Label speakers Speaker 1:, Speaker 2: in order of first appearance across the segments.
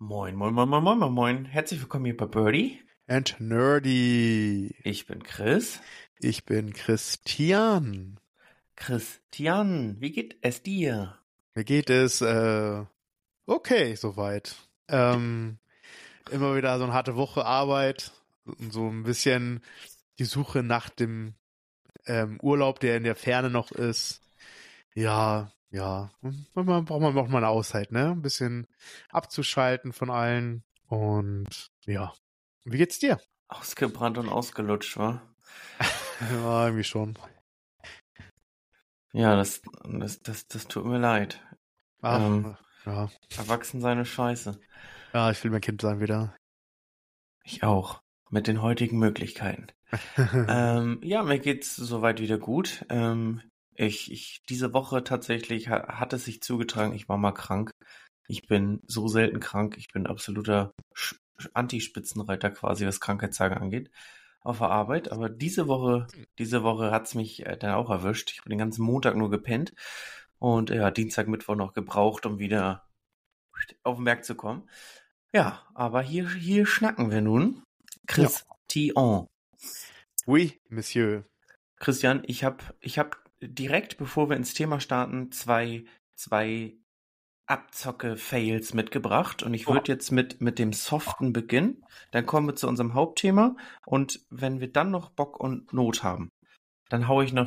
Speaker 1: Moin, moin, moin, moin, moin, moin, moin. Herzlich willkommen hier bei Birdie.
Speaker 2: And Nerdy.
Speaker 1: Ich bin Chris.
Speaker 2: Ich bin Christian.
Speaker 1: Christian, wie geht es dir?
Speaker 2: Mir geht es okay soweit. Immer wieder so eine harte Woche Arbeit und so ein bisschen die Suche nach dem Urlaub, der in der Ferne noch ist. Ja. Manchmal braucht man auch mal eine Auszeit, ne? Ein bisschen abzuschalten von allen. Und ja. Wie geht's dir?
Speaker 1: Ausgebrannt und ausgelutscht, wa?
Speaker 2: Ja, irgendwie schon.
Speaker 1: Ja, das tut mir leid.
Speaker 2: Ach, ja.
Speaker 1: Erwachsen seine Scheiße.
Speaker 2: Ja, ich will mein Kind sein wieder.
Speaker 1: Ich auch. Mit den heutigen Möglichkeiten. Ja, mir geht's soweit wieder gut. Diese Woche tatsächlich hat es sich zugetragen, ich war mal krank. Ich bin so selten krank. Ich bin absoluter Anti-Spitzenreiter quasi, was Krankheitstage angeht, auf der Arbeit. Aber diese Woche hat's mich dann auch erwischt. Ich habe den ganzen Montag nur gepennt und ja, Dienstag, Mittwoch noch gebraucht, um wieder auf den Berg zu kommen. Ja, aber hier schnacken wir nun. Christian.
Speaker 2: Oui, Monsieur.
Speaker 1: Christian, ich hab direkt, bevor wir ins Thema starten, zwei Abzocke-Fails mitgebracht und ich würde jetzt mit dem Soften beginnen. Dann kommen wir zu unserem Hauptthema und wenn wir dann noch Bock und Not haben, dann hau ich noch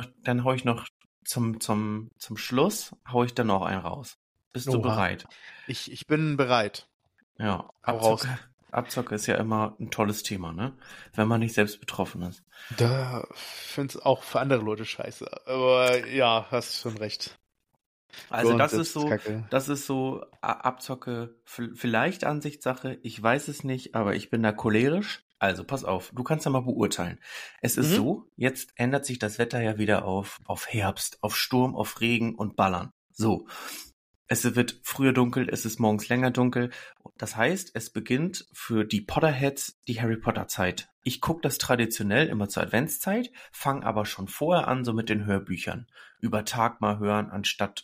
Speaker 1: zum Schluss hau ich dann noch einen raus. Bist du bereit?
Speaker 2: Ich bin bereit.
Speaker 1: Ja,
Speaker 2: Hau raus.
Speaker 1: Abzocke ist ja immer ein tolles Thema, ne? Wenn man nicht selbst betroffen ist.
Speaker 2: Da find's auch für andere Leute scheiße. Aber ja, hast schon recht.
Speaker 1: Also das ist so Abzocke, vielleicht Ansichtssache, ich weiß es nicht, aber ich bin da cholerisch. Also pass auf, du kannst ja mal beurteilen. Es ist so, jetzt ändert sich das Wetter ja wieder auf Herbst, auf Sturm, auf Regen und Ballern. So, es wird früher dunkel, es ist morgens länger dunkel. Das heißt, es beginnt für die Potterheads die Harry Potter Zeit. Ich gucke das traditionell immer zur Adventszeit, fange aber schon vorher an, so mit den Hörbüchern. Über Tag mal hören, anstatt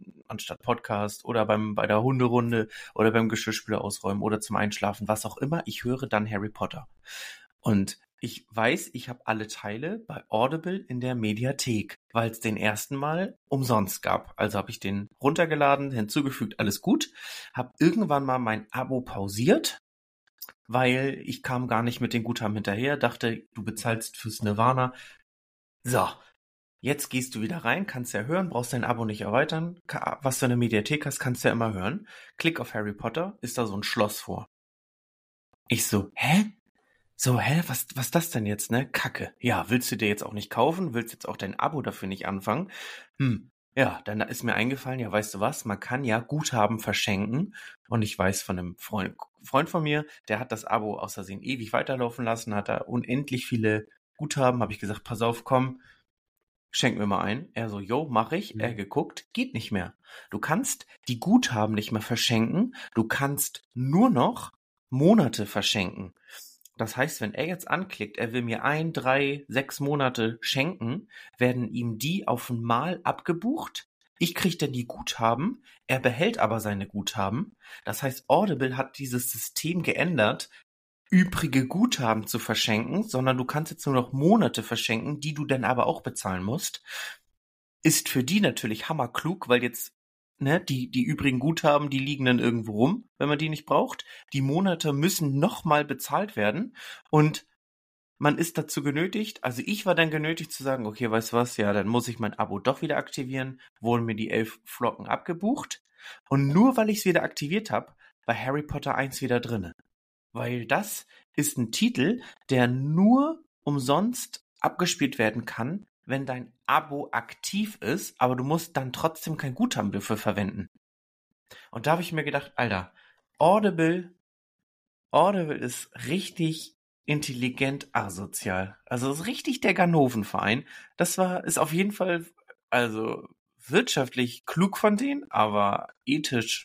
Speaker 1: Podcast oder bei der Hunderunde oder beim Geschirrspüler ausräumen oder zum Einschlafen, was auch immer. Ich höre dann Harry Potter. Und ich weiß, ich habe alle Teile bei Audible in der Mediathek, weil es den ersten Mal umsonst gab. Also habe ich den runtergeladen, hinzugefügt, alles gut. Habe irgendwann mal mein Abo pausiert, weil ich kam gar nicht mit den Guthaben hinterher. Dachte, du bezahlst fürs Nirvana. So, jetzt gehst du wieder rein, kannst ja hören, brauchst dein Abo nicht erweitern. Was du in der Mediathek hast, kannst du ja immer hören. Klick auf Harry Potter, ist da so ein Schloss vor. Ich so, hä? So, was das denn jetzt, ne? Kacke. Ja, willst du dir jetzt auch nicht kaufen? Willst jetzt auch dein Abo dafür nicht anfangen? Ja, dann ist mir eingefallen, ja, weißt du was? Man kann ja Guthaben verschenken. Und ich weiß von einem Freund von mir, der hat das Abo aus Versehen ewig weiterlaufen lassen, hat da unendlich viele Guthaben. Habe ich gesagt, pass auf, komm, schenk mir mal ein. Er so, jo, mach ich. Er geguckt, geht nicht mehr. Du kannst die Guthaben nicht mehr verschenken. Du kannst nur noch Monate verschenken. Das heißt, wenn er jetzt anklickt, er will mir 1, 3, 6 Monate schenken, werden ihm die auf einmal abgebucht. Ich kriege dann die Guthaben, er behält aber seine Guthaben. Das heißt, Audible hat dieses System geändert, übrige Guthaben zu verschenken, sondern du kannst jetzt nur noch Monate verschenken, die du dann aber auch bezahlen musst. Ist für die natürlich hammerklug, weil jetzt die übrigen Guthaben, die liegen dann irgendwo rum, wenn man die nicht braucht. Die Monate müssen nochmal bezahlt werden und man ist dazu genötigt, also ich war dann genötigt zu sagen, okay, weißt du was, ja, dann muss ich mein Abo doch wieder aktivieren, wurden mir die 11 Flocken abgebucht und nur weil ich es wieder aktiviert habe, war Harry Potter 1 wieder drinne. Weil das ist ein Titel, der nur umsonst abgespielt werden kann, wenn dein Abo aktiv ist, aber du musst dann trotzdem kein Guthaben dafür verwenden. Und da habe ich mir gedacht, Alter, Audible ist richtig intelligent asozial. Also ist richtig der Ganovenverein. Ist auf jeden Fall, also wirtschaftlich klug von denen, aber ethisch,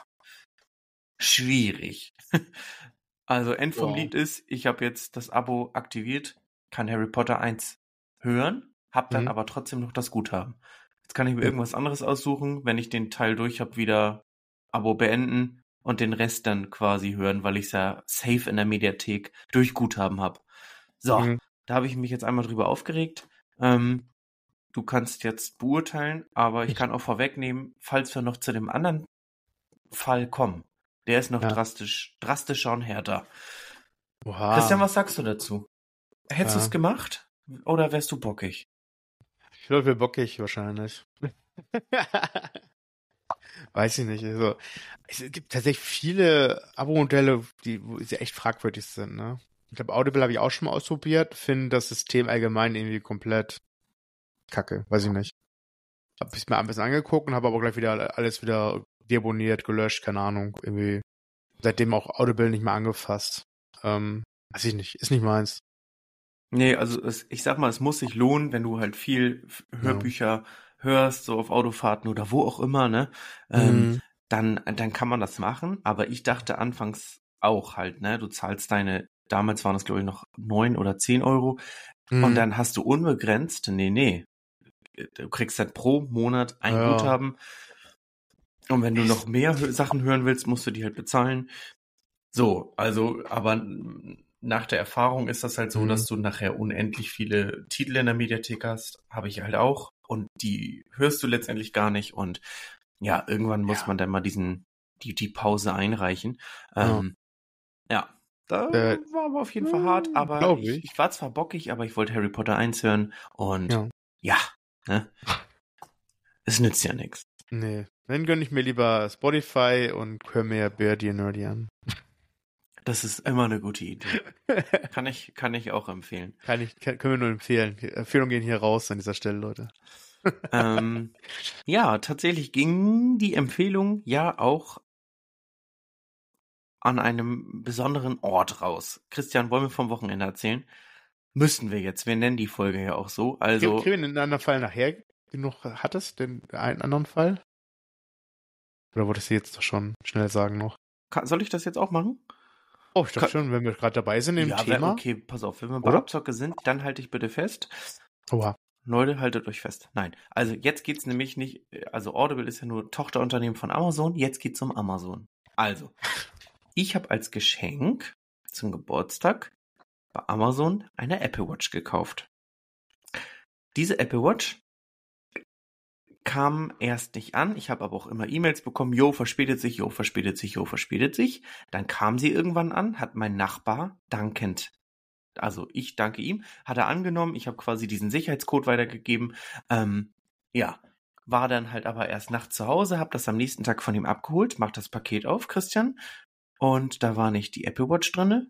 Speaker 1: schwierig. Also End vom Lied ist, ich habe jetzt das Abo aktiviert, kann Harry Potter 1 hören, hab dann aber trotzdem noch das Guthaben. Jetzt kann ich mir irgendwas anderes aussuchen, wenn ich den Teil durch habe, wieder Abo beenden, und den Rest dann quasi hören, weil ich es ja safe in der Mediathek durch Guthaben habe. So, da habe ich mich jetzt einmal drüber aufgeregt. Du kannst jetzt beurteilen, aber ich kann auch vorwegnehmen, falls wir noch zu dem anderen Fall kommen. Der ist noch drastischer und härter.
Speaker 2: Oha.
Speaker 1: Christian, was sagst du dazu? Hättest du es gemacht oder wärst du bockig?
Speaker 2: Ich glaube, wir bockig wahrscheinlich. Weiß ich nicht. Also, es gibt tatsächlich viele Abo-Modelle, die echt fragwürdig sind, ne? Ich glaube, Audible habe ich auch schon mal ausprobiert, finde das System allgemein irgendwie komplett kacke, weiß ich nicht. Hab ich mir ein bisschen angeguckt und habe aber gleich wieder alles wieder deabonniert, gelöscht, keine Ahnung, irgendwie. Seitdem auch Audible nicht mehr angefasst. Weiß ich nicht, ist nicht meins.
Speaker 1: Nee, also ich sag mal, es muss sich lohnen, wenn du halt viel Hörbücher hörst, so auf Autofahrten oder wo auch immer, ne? Dann kann man das machen. Aber ich dachte anfangs auch halt, ne? Du zahlst damals waren es glaube ich noch 9 oder 10 Euro und dann hast du unbegrenzt, nee. Du kriegst halt pro Monat ein Guthaben und wenn du noch mehr Sachen hören willst, musst du die halt bezahlen. So, also, aber nach der Erfahrung ist das halt so, dass du nachher unendlich viele Titel in der Mediathek hast, habe ich halt auch, und die hörst du letztendlich gar nicht, und ja, irgendwann muss man dann mal die Pause einreichen. Ja, da war aber auf jeden Fall hart, aber ich war zwar bockig, aber ich wollte Harry Potter 1 hören und ne? Es nützt ja nichts.
Speaker 2: Nee, dann gönne ich mir lieber Spotify und höre mir Birdie Nerdy an.
Speaker 1: Das ist immer eine gute Idee. Kann ich auch empfehlen.
Speaker 2: Können wir nur empfehlen. Empfehlungen gehen hier raus an dieser Stelle, Leute.
Speaker 1: Ja, tatsächlich ging die Empfehlung ja auch an einem besonderen Ort raus. Christian, wollen wir vom Wochenende erzählen? Müssten wir jetzt. Wir nennen die Folge ja auch so. Also
Speaker 2: kriegen wir einen anderen Fall nachher, den du noch hattest, den einen anderen Fall? Oder wolltest du jetzt doch schon schnell sagen noch?
Speaker 1: Soll ich das jetzt auch machen?
Speaker 2: Oh, ich dachte schon, wenn wir gerade dabei sind im Thema.
Speaker 1: Okay, pass auf, wenn wir bei Abzocke sind, dann halte ich bitte fest.
Speaker 2: Oha.
Speaker 1: Leute, haltet euch fest. Nein, also jetzt geht's nämlich nicht, also Audible ist ja nur Tochterunternehmen von Amazon, jetzt geht's um Amazon. Also, ich habe als Geschenk zum Geburtstag bei Amazon eine Apple Watch gekauft. Diese Apple Watch kam erst nicht an. Ich habe aber auch immer E-Mails bekommen, verspätet sich. Dann kam sie irgendwann an, hat mein Nachbar dankend, also ich danke ihm, hat er angenommen. Ich habe quasi diesen Sicherheitscode weitergegeben. War dann halt aber erst nachts zu Hause, habe das am nächsten Tag von ihm abgeholt, mach das Paket auf, Christian, und da war nicht die Apple Watch drinne.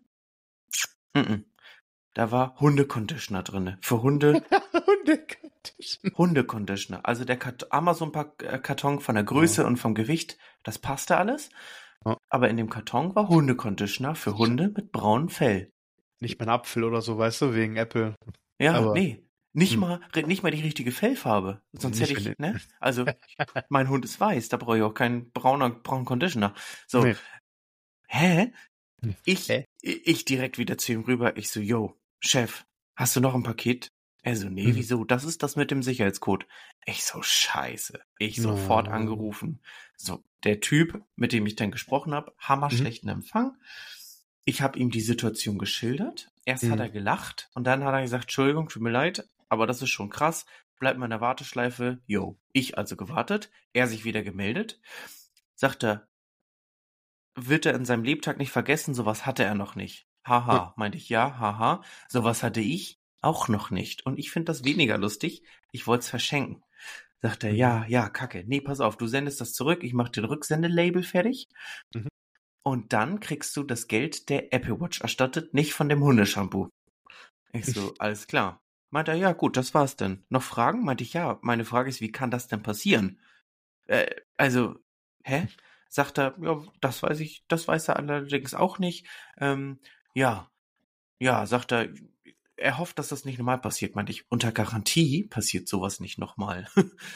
Speaker 1: Da war Hundeconditioner drinne. Für Hunde. Hundeconditioner. Also der Amazon-Karton von der Größe und vom Gewicht, das passte alles. Aber in dem Karton war Hundeconditioner für Hunde mit braunem Fell.
Speaker 2: Nicht mein Apfel oder so, weißt du, wegen Apple.
Speaker 1: Ja, aber nee. Nicht mal die richtige Fellfarbe. Sonst hätte ich, ne? Also, mein Hund ist weiß, da brauche ich auch keinen braunen Conditioner. So. Nee. Hä? Ich direkt wieder zu ihm rüber. Ich so, Chef, hast du noch ein Paket? Er so, nee, wieso? Das ist das mit dem Sicherheitscode. Ich so, scheiße. Ich sofort angerufen. So, der Typ, mit dem ich dann gesprochen habe, hammerschlechten Empfang. Ich habe ihm die Situation geschildert. Erst hat er gelacht und dann hat er gesagt, Entschuldigung, tut mir leid, aber das ist schon krass. Bleib mal in der Warteschleife. Ich also gewartet. Er sich wieder gemeldet. Sagt er, wird er in seinem Lebtag nicht vergessen, sowas hatte er noch nicht. Haha, meinte ich, ja, haha. Sowas hatte ich auch noch nicht. Und ich finde das weniger lustig. Ich wollte es verschenken. Sagt er, ja, kacke. Nee, pass auf, du sendest das zurück. Ich mache den Rücksendelabel fertig. Und dann kriegst du das Geld der Apple Watch erstattet, nicht von dem Hundeshampoo. Ich so, alles klar. Meint er, ja gut, das war's denn. Noch Fragen? Meinte ich, ja. Meine Frage ist, wie kann das denn passieren? Hä? Sagt er, ja, das weiß er allerdings auch nicht. Sagt er hofft, dass das nicht nochmal passiert. Meinte ich, unter Garantie passiert sowas nicht nochmal.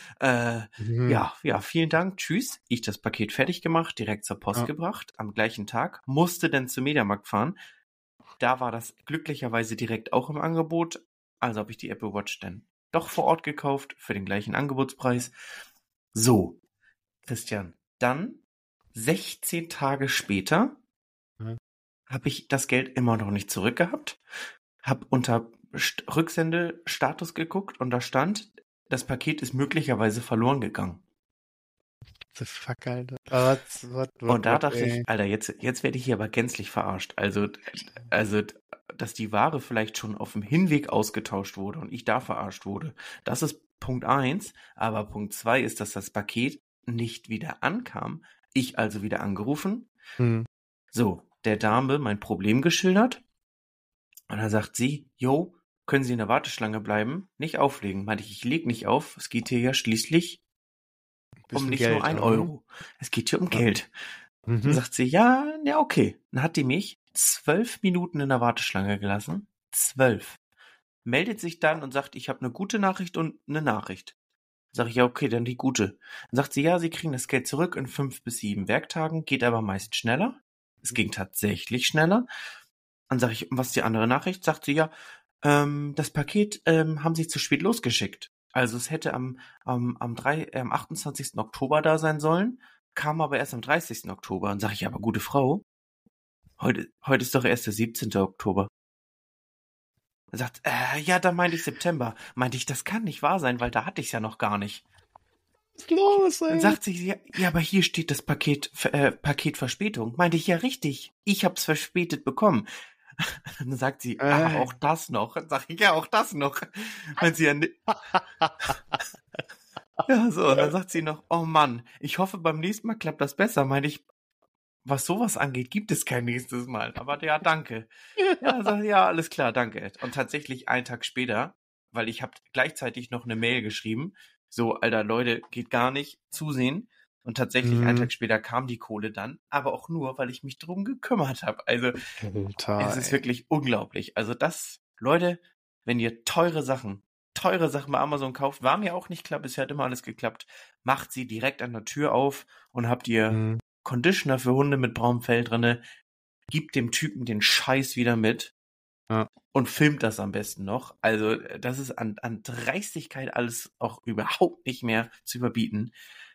Speaker 1: Ja, vielen Dank, tschüss. Ich das Paket fertig gemacht, direkt zur Post gebracht, am gleichen Tag, musste dann zum Mediamarkt fahren. Da war das glücklicherweise direkt auch im Angebot, also habe ich die Apple Watch dann doch vor Ort gekauft, für den gleichen Angebotspreis. So, Christian, dann 16 Tage später habe ich das Geld immer noch nicht zurückgehabt, habe unter Rücksendestatus geguckt und da stand, das Paket ist möglicherweise verloren gegangen.
Speaker 2: The fuck, Alter.
Speaker 1: Und da dachte ich, Alter, jetzt werde ich hier aber gänzlich verarscht. Also, dass die Ware vielleicht schon auf dem Hinweg ausgetauscht wurde und ich da verarscht wurde. Das ist Punkt 1. Aber Punkt 2 ist, dass das Paket nicht wieder ankam. Ich also wieder angerufen. So, der Dame mein Problem geschildert. Und dann sagt sie, jo, können Sie in der Warteschlange bleiben? Nicht auflegen. Meinte ich leg nicht auf. Es geht hier ja schließlich um nicht Geld, nur 1 Euro. Es geht hier um Geld. Dann sagt sie, ja, okay. Dann hat die mich 12 Minuten in der Warteschlange gelassen. 12. Meldet sich dann und sagt, ich habe eine gute Nachricht und eine Nachricht. Sag ich, ja, okay, dann die gute. Dann sagt sie, ja, Sie kriegen das Geld zurück in 5 bis 7 Werktagen, geht aber meist schneller. Es ging tatsächlich schneller. Dann sage ich, was ist die andere Nachricht? Sagt sie, ja, das Paket haben Sie zu spät losgeschickt. Also es hätte am 28. Oktober da sein sollen, kam aber erst am 30. Oktober. Und sage ich, aber gute Frau, heute ist doch erst der 17. Oktober. Er sagt, ja, dann meinte ich September. Meinte ich, das kann nicht wahr sein, weil da hatte ich es ja noch gar nicht.
Speaker 2: Was ist los, ey?
Speaker 1: Dann sagt sie, ja, aber hier steht das Paketverspätung. Meinte ich, ja, richtig. Ich hab's verspätet bekommen. Dann sagt sie, auch das noch. Dann sag ich, ja, auch das noch. Wenn sie ja ja, so, und dann sagt sie noch, oh Mann, ich hoffe, beim nächsten Mal klappt das besser. Meinte ich, was sowas angeht, gibt es kein nächstes Mal. Aber ja, danke. Ja, sag ich, ja, alles klar, danke. Und tatsächlich einen Tag später, weil ich habe gleichzeitig noch eine Mail geschrieben, so, Alter, Leute, geht gar nicht, zusehen. Und tatsächlich einen Tag später kam die Kohle dann, aber auch nur, weil ich mich drum gekümmert habe. Also, es ist wirklich unglaublich. Also das, Leute, wenn ihr teure Sachen bei Amazon kauft, war mir auch nicht klar, bisher hat immer alles geklappt, macht sie direkt an der Tür auf und habt ihr Conditioner für Hunde mit braunem Fell drinne, gibt dem Typen den Scheiß wieder mit und filmt das am besten noch. Also das ist an Dreistigkeit alles auch überhaupt nicht mehr zu überbieten.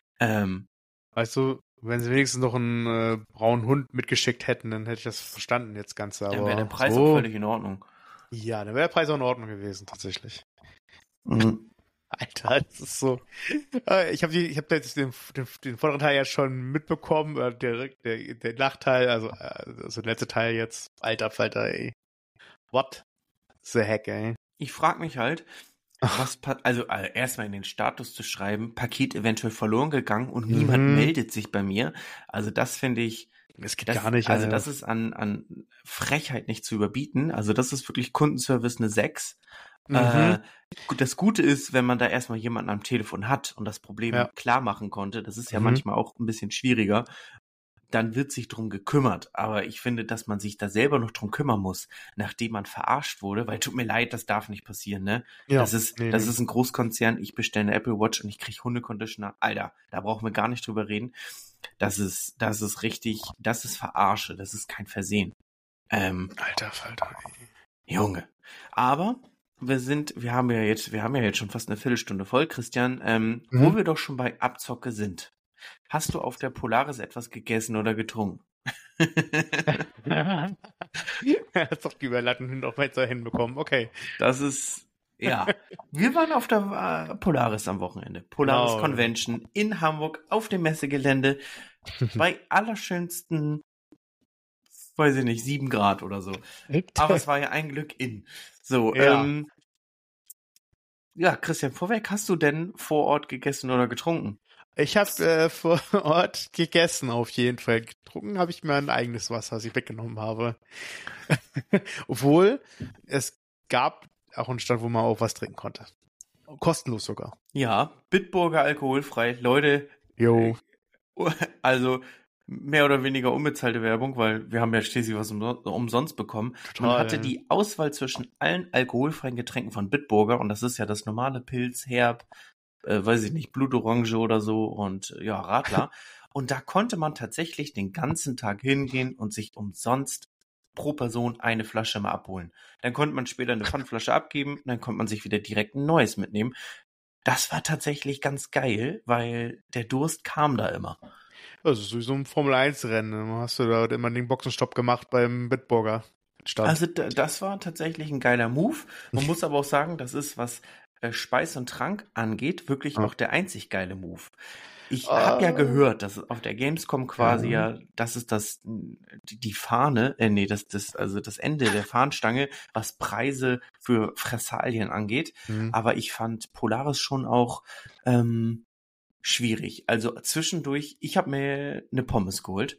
Speaker 2: Weißt du, wenn sie wenigstens noch einen braunen Hund mitgeschickt hätten, dann hätte ich das verstanden jetzt Ganze. Aber
Speaker 1: dann wäre der Preis auch völlig in Ordnung.
Speaker 2: Ja, dann wäre der Preis auch in Ordnung gewesen, tatsächlich. Alter, das ist so. Ich habe den vorderen Teil ja schon mitbekommen, der Nachteil, also der letzte Teil jetzt. Alter Falter, ey. What the heck, ey?
Speaker 1: Ich frage mich halt, also erstmal in den Status zu schreiben, Paket eventuell verloren gegangen und niemand meldet sich bei mir. Also das finde ich,
Speaker 2: das geht gar nicht.
Speaker 1: Also das ist an Frechheit nicht zu überbieten. Also das ist wirklich Kundenservice eine 6. Das Gute ist, wenn man da erstmal jemanden am Telefon hat und das Problem klar machen konnte, das ist ja manchmal auch ein bisschen schwieriger, dann wird sich drum gekümmert. Aber ich finde, dass man sich da selber noch drum kümmern muss, nachdem man verarscht wurde, weil tut mir leid, das darf nicht passieren, ne? Ja, das ist ein Großkonzern, ich bestelle eine Apple Watch und ich kriege Hundeconditioner. Alter, da brauchen wir gar nicht drüber reden. Das ist richtig, das ist Verarsche, das ist kein Versehen.
Speaker 2: Alter Falter, ey.
Speaker 1: Junge. Aber wir haben ja jetzt schon fast eine Viertelstunde voll, Christian, wo wir doch schon bei Abzocke sind. Hast du auf der Polaris etwas gegessen oder getrunken?
Speaker 2: Er hat doch die Überleitung noch weiter hinbekommen. Okay.
Speaker 1: Das ist, ja. Wir waren auf der Polaris am Wochenende. Polaris Convention in Hamburg auf dem Messegelände bei allerschönsten, weiß ich nicht, 7 Grad oder so. Aber es war ja ein Glück in. So, ja, Christian, vorweg, hast du denn vor Ort gegessen oder getrunken?
Speaker 2: Ich habe vor Ort gegessen, auf jeden Fall. Getrunken habe ich mir ein eigenes Wasser, das ich weggenommen habe. Obwohl, es gab auch einen Stand, wo man auch was trinken konnte. Kostenlos sogar.
Speaker 1: Ja, Bitburger alkoholfrei. Leute, also mehr oder weniger unbezahlte Werbung, weil wir haben ja schließlich was umsonst bekommen. Total, man hatte die Auswahl zwischen allen alkoholfreien Getränken von Bitburger und das ist ja das normale Pilz, Herb, weiß ich nicht, Blutorange oder so und ja, Radler. Und da konnte man tatsächlich den ganzen Tag hingehen und sich umsonst pro Person eine Flasche mal abholen. Dann konnte man später eine Pfandflasche abgeben und dann konnte man sich wieder direkt ein neues mitnehmen. Das war tatsächlich ganz geil, weil der Durst kam da immer.
Speaker 2: Also so ein Formel-1-Rennen. Dann hast du da immer den Boxenstopp gemacht beim Bitburger Stand.
Speaker 1: Also das war tatsächlich ein geiler Move. Man muss aber auch sagen, das ist, was Speis und Trank angeht, wirklich auch der einzig geile Move. Ich habe ja gehört, dass auf der Gamescom quasi das ist die Fahne, also das Ende der Fahnenstange, was Preise für Fressalien angeht. Aber ich fand Polaris schon auch schwierig. Also zwischendurch, ich habe mir eine Pommes geholt,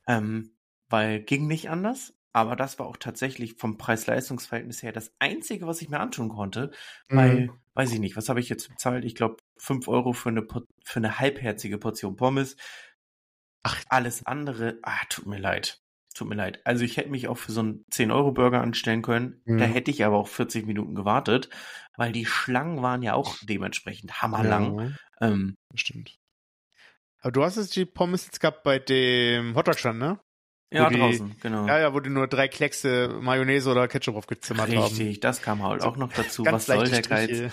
Speaker 1: weil ging nicht anders. Aber das war auch tatsächlich vom Preis-Leistungs-Verhältnis her das Einzige, was ich mir antun konnte, weil, weiß ich nicht, was habe ich jetzt bezahlt? Ich glaube, 5 Euro für eine halbherzige Portion Pommes. Ach, alles andere, tut mir leid. Tut mir leid. Also ich hätte mich auch für so einen 10-Euro-Burger anstellen können. Da hätte ich aber auch 40 Minuten gewartet, weil die Schlangen waren ja auch dementsprechend hammerlang.
Speaker 2: Ja, stimmt. Aber du hast jetzt die Pommes jetzt gehabt bei dem Hotdog-Stand, ne?
Speaker 1: Ja, draußen, genau.
Speaker 2: Ja, wo die nur 3 Kleckse Mayonnaise oder Ketchup aufgezimmert haben.
Speaker 1: Richtig, das kam halt auch noch dazu. Was soll der Geiz?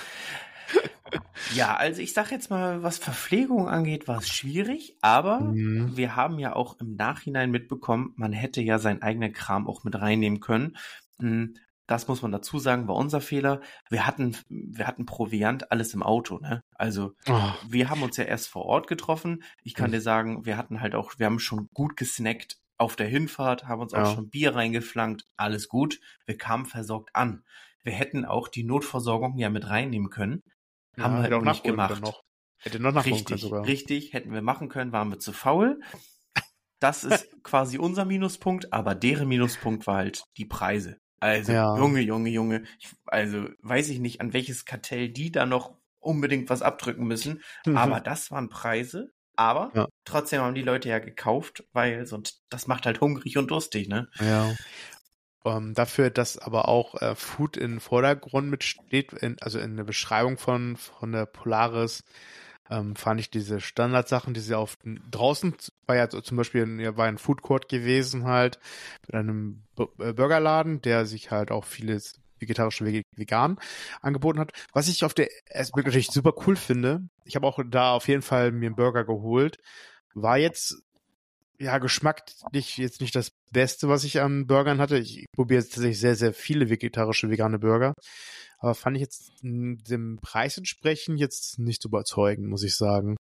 Speaker 1: Ja, also ich sag jetzt mal, was Verpflegung angeht, war es schwierig, aber wir haben ja auch im Nachhinein mitbekommen, man hätte ja seinen eigenen Kram auch mit reinnehmen können. Das muss man dazu sagen, war unser Fehler. Wir hatten Proviant alles im Auto, ne? Also wir haben uns ja erst vor Ort getroffen. Ich kann dir sagen, wir haben schon gut gesnackt auf der Hinfahrt, haben uns auch schon Bier reingeflankt, alles gut. Wir kamen versorgt an. Wir hätten auch die Notversorgung ja mit reinnehmen können. Haben wir halt auch nicht gemacht.
Speaker 2: Hätte noch nachholen können sogar.
Speaker 1: Richtig, hätten wir machen können, waren wir zu faul. Das ist quasi unser Minuspunkt, aber deren Minuspunkt war halt die Preise. Also, Junge, also weiß ich nicht, an welches Kartell die da noch unbedingt was abdrücken müssen, aber das waren Preise, aber trotzdem haben die Leute ja gekauft, weil sonst, das macht halt hungrig und durstig, ne?
Speaker 2: Ja. Dafür, dass aber auch Food im Vordergrund mitsteht, also in der Beschreibung von der Polaris, fand ich diese Standardsachen, die sie draußen, war ja zum Beispiel war ein Food Court gewesen halt, mit einem Burgerladen, der sich halt auch vieles vegetarische vegan angeboten hat. Was ich natürlich super cool finde, ich habe auch da auf jeden Fall mir einen Burger geholt, war jetzt geschmacklich jetzt nicht das Beste, was ich an Burgern hatte. Ich probiere jetzt tatsächlich sehr, sehr viele vegetarische, vegane Burger. Aber fand ich jetzt dem Preis entsprechend jetzt nicht so überzeugend, muss ich sagen.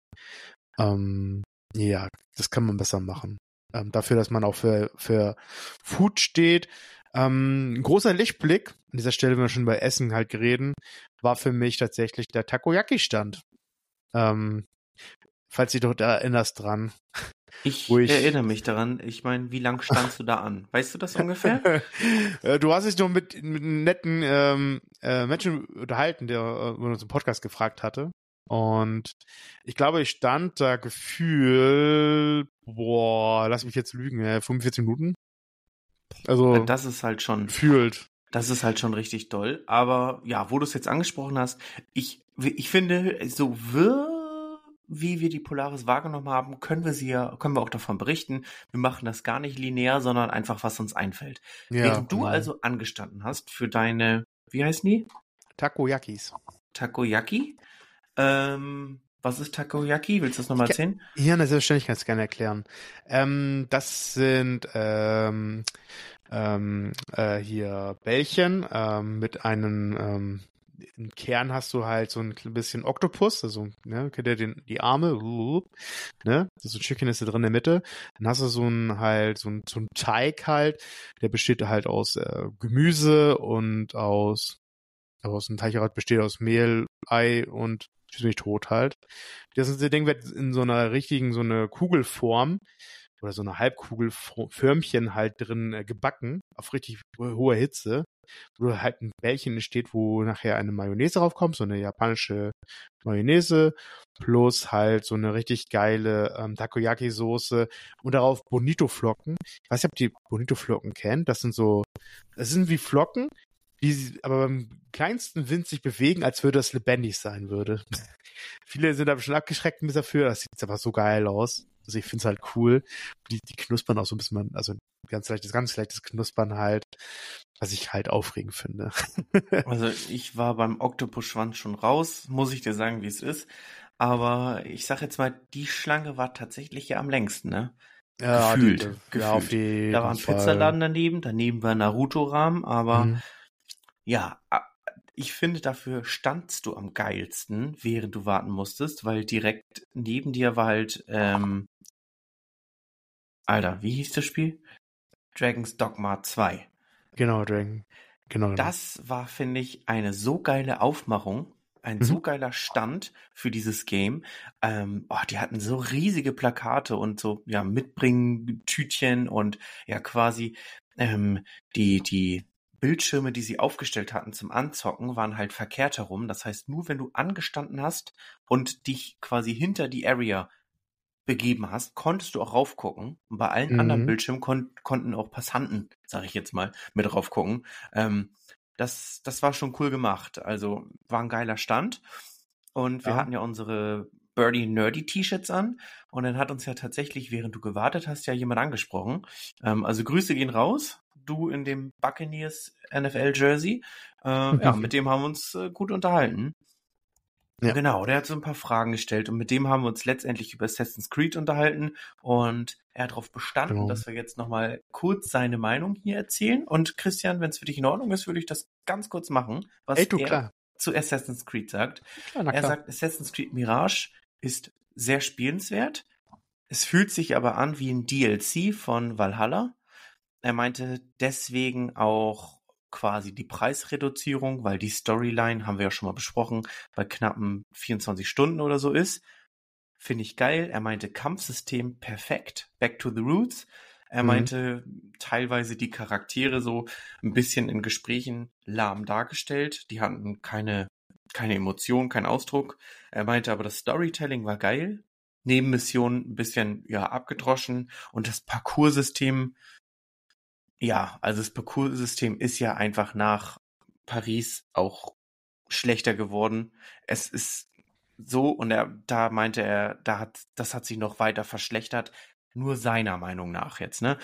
Speaker 2: Das kann man besser machen. Dafür, dass man auch für Food steht. Ein großer Lichtblick, an dieser Stelle, wenn wir schon bei Essen halt geredet, war für mich tatsächlich der Takoyaki-Stand. Falls du dich da erinnerst dran.
Speaker 1: Ich erinnere mich daran. Ich meine, wie lang standst du da an? Weißt du das ungefähr?
Speaker 2: Du hast dich noch mit einem netten Menschen unterhalten, der uns im Podcast gefragt hatte. Und ich glaube, ich stand da gefühlt, lass mich jetzt lügen, 45 Minuten. Also
Speaker 1: das ist halt schon
Speaker 2: gefühlt.
Speaker 1: Das ist halt schon richtig doll. Aber ja, wo du es jetzt angesprochen hast, ich finde, so wie wir die Polaris wahrgenommen haben, können wir auch davon berichten. Wir machen das gar nicht linear, sondern einfach, was uns einfällt. Ja, während du also angestanden hast für deine, wie heißen die?
Speaker 2: Takoyakis.
Speaker 1: Takoyaki? Was ist Takoyaki? Willst du das nochmal erzählen?
Speaker 2: Ja, selbstverständlich kann ich es gerne erklären. Das sind hier Bällchen mit einem im Kern hast du halt so ein bisschen Oktopus, also, ne, kennt ihr die Arme, ne, so ein Stückchen ist da drin in der Mitte. Dann hast du so ein Teig halt, der besteht halt aus Gemüse und aus ein Teig besteht aus Mehl, Ei und schieß mich tot halt. Das Ding wird in so einer richtigen, so eine Kugelform oder so eine Halbkugelförmchen halt drin gebacken, auf richtig hoher Hitze, wo halt ein Bällchen entsteht, wo nachher eine Mayonnaise raufkommt, so eine japanische Mayonnaise, plus halt so eine richtig geile Takoyaki-Soße und darauf Bonito-Flocken. Ich weiß nicht, ob ihr die Bonito-Flocken kennt. Das sind wie Flocken, die aber beim kleinsten Wind sich bewegen, als würde das lebendig sein würde. Viele sind da schon abgeschreckt mit dafür. Das sieht aber so geil aus. Also ich finde es halt cool. Die knuspern auch so ein bisschen, also ganz leichtes Knuspern halt, was ich halt aufregend finde.
Speaker 1: Also ich war beim Oktopusschwanz schon raus, muss ich dir sagen, wie es ist. Aber ich sag jetzt mal, die Schlange war tatsächlich ja am längsten, ne?
Speaker 2: Ja,
Speaker 1: Gefühlt.
Speaker 2: ja, auf jeden
Speaker 1: Da war ein
Speaker 2: Fall.
Speaker 1: Pizzaladen daneben war Naruto-Rahmen, aber ja, ich finde, dafür standst du am geilsten, während du warten musstest, weil direkt neben dir war halt, Alter, wie hieß das Spiel? Dragon's Dogma 2.
Speaker 2: Genau, Dragon. Genau.
Speaker 1: Das war, finde ich, eine so geile Aufmachung, ein so geiler Stand für dieses Game. Die hatten so riesige Plakate und so, ja, Mitbringen-Tütchen und ja, quasi die Bildschirme, die sie aufgestellt hatten zum Anzocken, waren halt verkehrt herum. Das heißt, nur wenn du angestanden hast und dich quasi hinter die Area begeben hast, konntest du auch raufgucken. Und bei allen anderen Bildschirmen konnten auch Passanten, sage ich jetzt mal, mit raufgucken. Das war schon cool gemacht. Also war ein geiler Stand. Und wir hatten ja unsere Birdie Nerdy T-Shirts an. Und dann hat uns ja tatsächlich, während du gewartet hast, ja jemand angesprochen. Also Grüße gehen raus. Du in dem Buccaneers NFL Jersey. Mit dem haben wir uns gut unterhalten. Ja. Genau, der hat so ein paar Fragen gestellt und mit dem haben wir uns letztendlich über Assassin's Creed unterhalten und er hat darauf bestanden, dass wir jetzt nochmal kurz seine Meinung hier erzählen. Und Christian, wenn es für dich in Ordnung ist, würde ich das ganz kurz machen, was er zu Assassin's Creed sagt. Klar. Er sagt, Assassin's Creed Mirage ist sehr spielenswert. Es fühlt sich aber an wie ein DLC von Valhalla. Er meinte deswegen auch quasi die Preisreduzierung, weil die Storyline, haben wir ja schon mal besprochen, bei knappen 24 Stunden oder so ist. Finde ich geil. Er meinte Kampfsystem perfekt. Back to the roots. Er meinte teilweise die Charaktere so ein bisschen in Gesprächen lahm dargestellt. Die hatten keine Emotion, keinen Ausdruck. Er meinte aber, das Storytelling war geil. Nebenmissionen ein bisschen, ja, abgedroschen. Und das Parcoursystem, ja, also das Parcoursystem ist ja einfach nach Paris auch schlechter geworden. Es ist so, und da meinte er, das hat sich noch weiter verschlechtert, nur seiner Meinung nach jetzt, ne?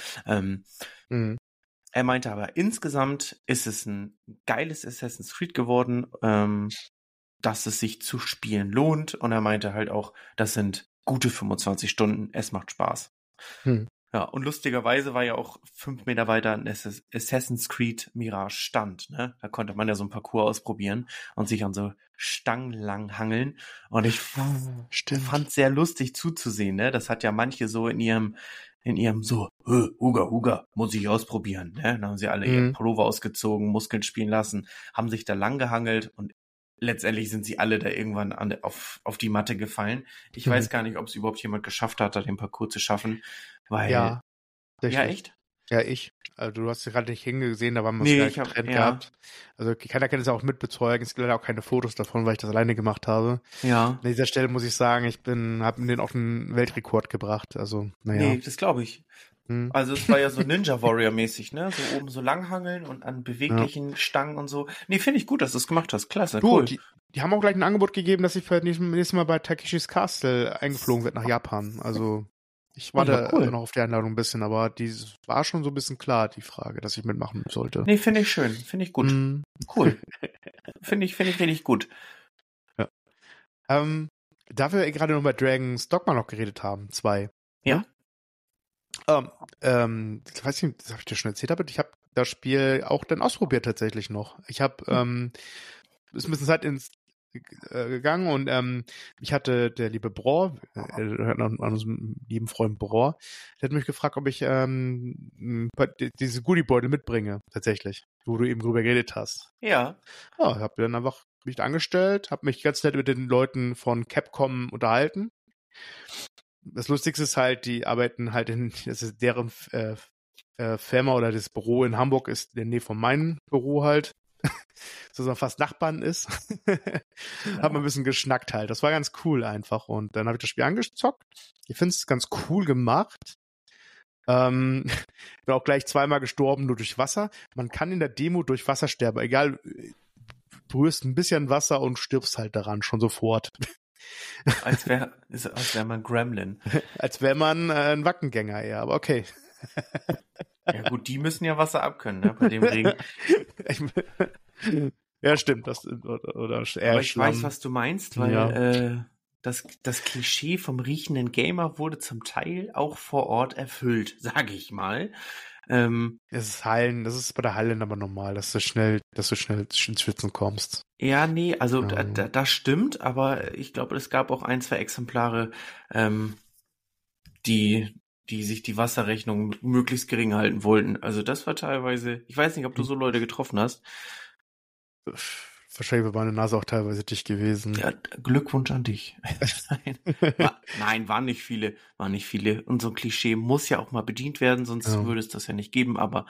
Speaker 1: Er meinte aber, insgesamt ist es ein geiles Assassin's Creed geworden, dass es sich zu spielen lohnt, und er meinte halt auch, das sind gute 25 Stunden, es macht Spaß. Ja, und lustigerweise war ja auch 5 Meter weiter ein Assassin's Creed Mirage Stand, ne? Da konnte man ja so ein Parcours ausprobieren und sich an so Stangen lang hangeln. Und ich fand sehr lustig zuzusehen, ne? Das hat ja manche so in ihrem so, Huga, muss ich ausprobieren, ne? Dann haben sie alle ihr Pullover ausgezogen, Muskeln spielen lassen, haben sich da lang gehangelt und letztendlich sind sie alle da irgendwann auf die Matte gefallen. Ich weiß gar nicht, ob es überhaupt jemand geschafft hat, da den Parcours zu schaffen. Weil, ja, echt?
Speaker 2: Ja, ich. Also du hast gerade nicht hingesehen, da waren wir uns getrennt gehabt. Also keiner kann es auch mitbezeugen. Es gibt leider auch keine Fotos davon, weil ich das alleine gemacht habe.
Speaker 1: Ja.
Speaker 2: An dieser Stelle muss ich sagen, ich habe mir den auch einen Weltrekord gebracht. Also, naja.
Speaker 1: Nee, das glaube ich. Also es war ja so Ninja Warrior mäßig, ne? So oben so langhangeln und an beweglichen Stangen und so. Nee, finde ich gut, dass du es gemacht hast. Klasse, cool.
Speaker 2: Die haben auch gleich ein Angebot gegeben, dass ich für nächstes Mal bei Takeshis Castle eingeflogen werde nach Japan. Also ich warte noch auf die Einladung ein bisschen, aber die war schon so ein bisschen klar, die Frage, dass ich mitmachen sollte.
Speaker 1: Nee, finde ich schön. Finde ich gut. Cool. Finde ich richtig gut.
Speaker 2: Ja. Da wir gerade noch bei Dragon's Dogma noch geredet haben, 2.
Speaker 1: Ja.
Speaker 2: Ich weiß nicht, das habe ich dir schon erzählt, aber ich habe das Spiel auch dann ausprobiert tatsächlich noch. Ich habe ist ein bisschen Zeit gegangen und ich hatte der liebe Bror, an unserem lieben Freund Bror, der hat mich gefragt, ob ich diese Goodiebeutel mitbringe, tatsächlich, wo du eben drüber geredet hast.
Speaker 1: Ja.
Speaker 2: Ja, ich habe dann einfach mich angestellt, habe mich ganz nett mit den Leuten von Capcom unterhalten. Das Lustigste ist halt, die arbeiten halt das ist deren Firma oder das Büro in Hamburg ist in der Nähe von meinem Büro halt. So fast Nachbarn ist. Hat man ein bisschen geschnackt halt. Das war ganz cool einfach. Und dann habe ich das Spiel angezockt. Ich finde es ganz cool gemacht. Bin auch gleich 2-mal gestorben, nur durch Wasser. Man kann in der Demo durch Wasser sterben. Egal, berührst ein bisschen Wasser und stirbst halt daran schon sofort.
Speaker 1: Als wäre man Gremlin.
Speaker 2: Als wäre man ein Wackengänger, ja, aber okay.
Speaker 1: Ja gut, die müssen ja Wasser abkönnen, ne, bei dem Regen.
Speaker 2: Ja, stimmt. Das, oder
Speaker 1: aber ich weiß, was du meinst, weil das Klischee vom riechenden Gamer wurde zum Teil auch vor Ort erfüllt, sage ich mal.
Speaker 2: Das ist bei der Hallen aber normal, dass du schnell ins Schwitzen kommst.
Speaker 1: Ja, nee, also das stimmt, aber ich glaube, es gab auch 1, 2 Exemplare, die sich die Wasserrechnung möglichst gering halten wollten. Also das war teilweise, ich weiß nicht, ob du so Leute getroffen hast.
Speaker 2: Wahrscheinlich war meine Nase auch teilweise dicht gewesen.
Speaker 1: Ja, Glückwunsch an dich. Nein, waren nicht viele. Und so ein Klischee muss ja auch mal bedient werden, sonst würde es das ja nicht geben. Aber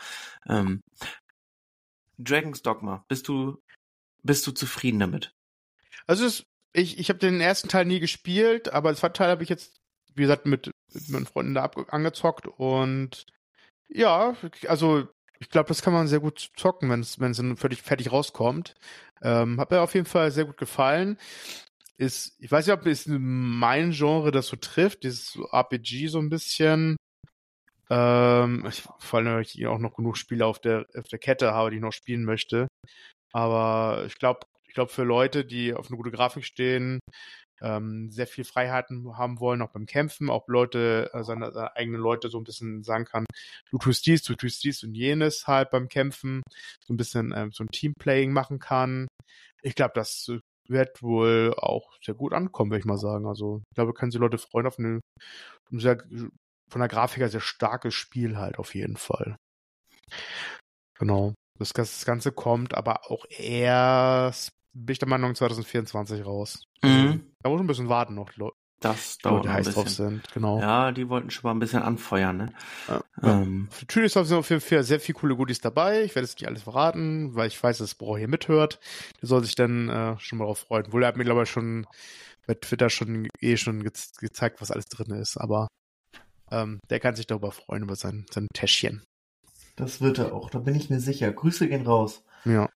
Speaker 1: Dragon's Dogma, bist du zufrieden damit?
Speaker 2: Also ich habe den ersten Teil nie gespielt, aber den zweiten Teil habe ich jetzt, wie gesagt, mit meinen Freunden da angezockt und ja, also ich glaube, das kann man sehr gut zocken, wenn es dann fertig rauskommt. Hat mir auf jeden Fall sehr gut gefallen. Ich weiß nicht, ob es mein Genre das so trifft, dieses RPG so ein bisschen. Vor allem, weil ich auch noch genug Spiele auf der Kette habe, die ich noch spielen möchte. Aber ich glaube, für Leute, die auf eine gute Grafik stehen, sehr viel Freiheiten haben wollen, auch beim Kämpfen, auch Leute, seine eigenen Leute so ein bisschen sagen kann, du tust dies und jenes halt beim Kämpfen, so ein bisschen so ein Teamplaying machen kann. Ich glaube, das wird wohl auch sehr gut ankommen, würde ich mal sagen. Also ich glaube, können sich Leute freuen auf ein sehr, von der Grafik her sehr starkes Spiel halt auf jeden Fall. Genau. Das Ganze kommt aber auch erst, bin ich der Meinung, 2024 raus. Also, da muss ein bisschen warten noch,
Speaker 1: das dauert
Speaker 2: Leute
Speaker 1: noch ein
Speaker 2: heiß
Speaker 1: bisschen.
Speaker 2: drauf sind, genau.
Speaker 1: Ja, die wollten schon mal ein bisschen anfeuern, ne?
Speaker 2: Natürlich ist auf jeden Fall sehr viel coole Goodies dabei. Ich werde jetzt nicht alles verraten, weil ich weiß, dass Bro hier mithört. Der soll sich dann schon mal darauf freuen. Wohl, er hat mir, glaube ich, schon bei Twitter schon gezeigt, was alles drin ist. Aber der kann sich darüber freuen, über sein Täschchen.
Speaker 1: Das wird er auch, da bin ich mir sicher. Grüße gehen raus.
Speaker 2: Ja.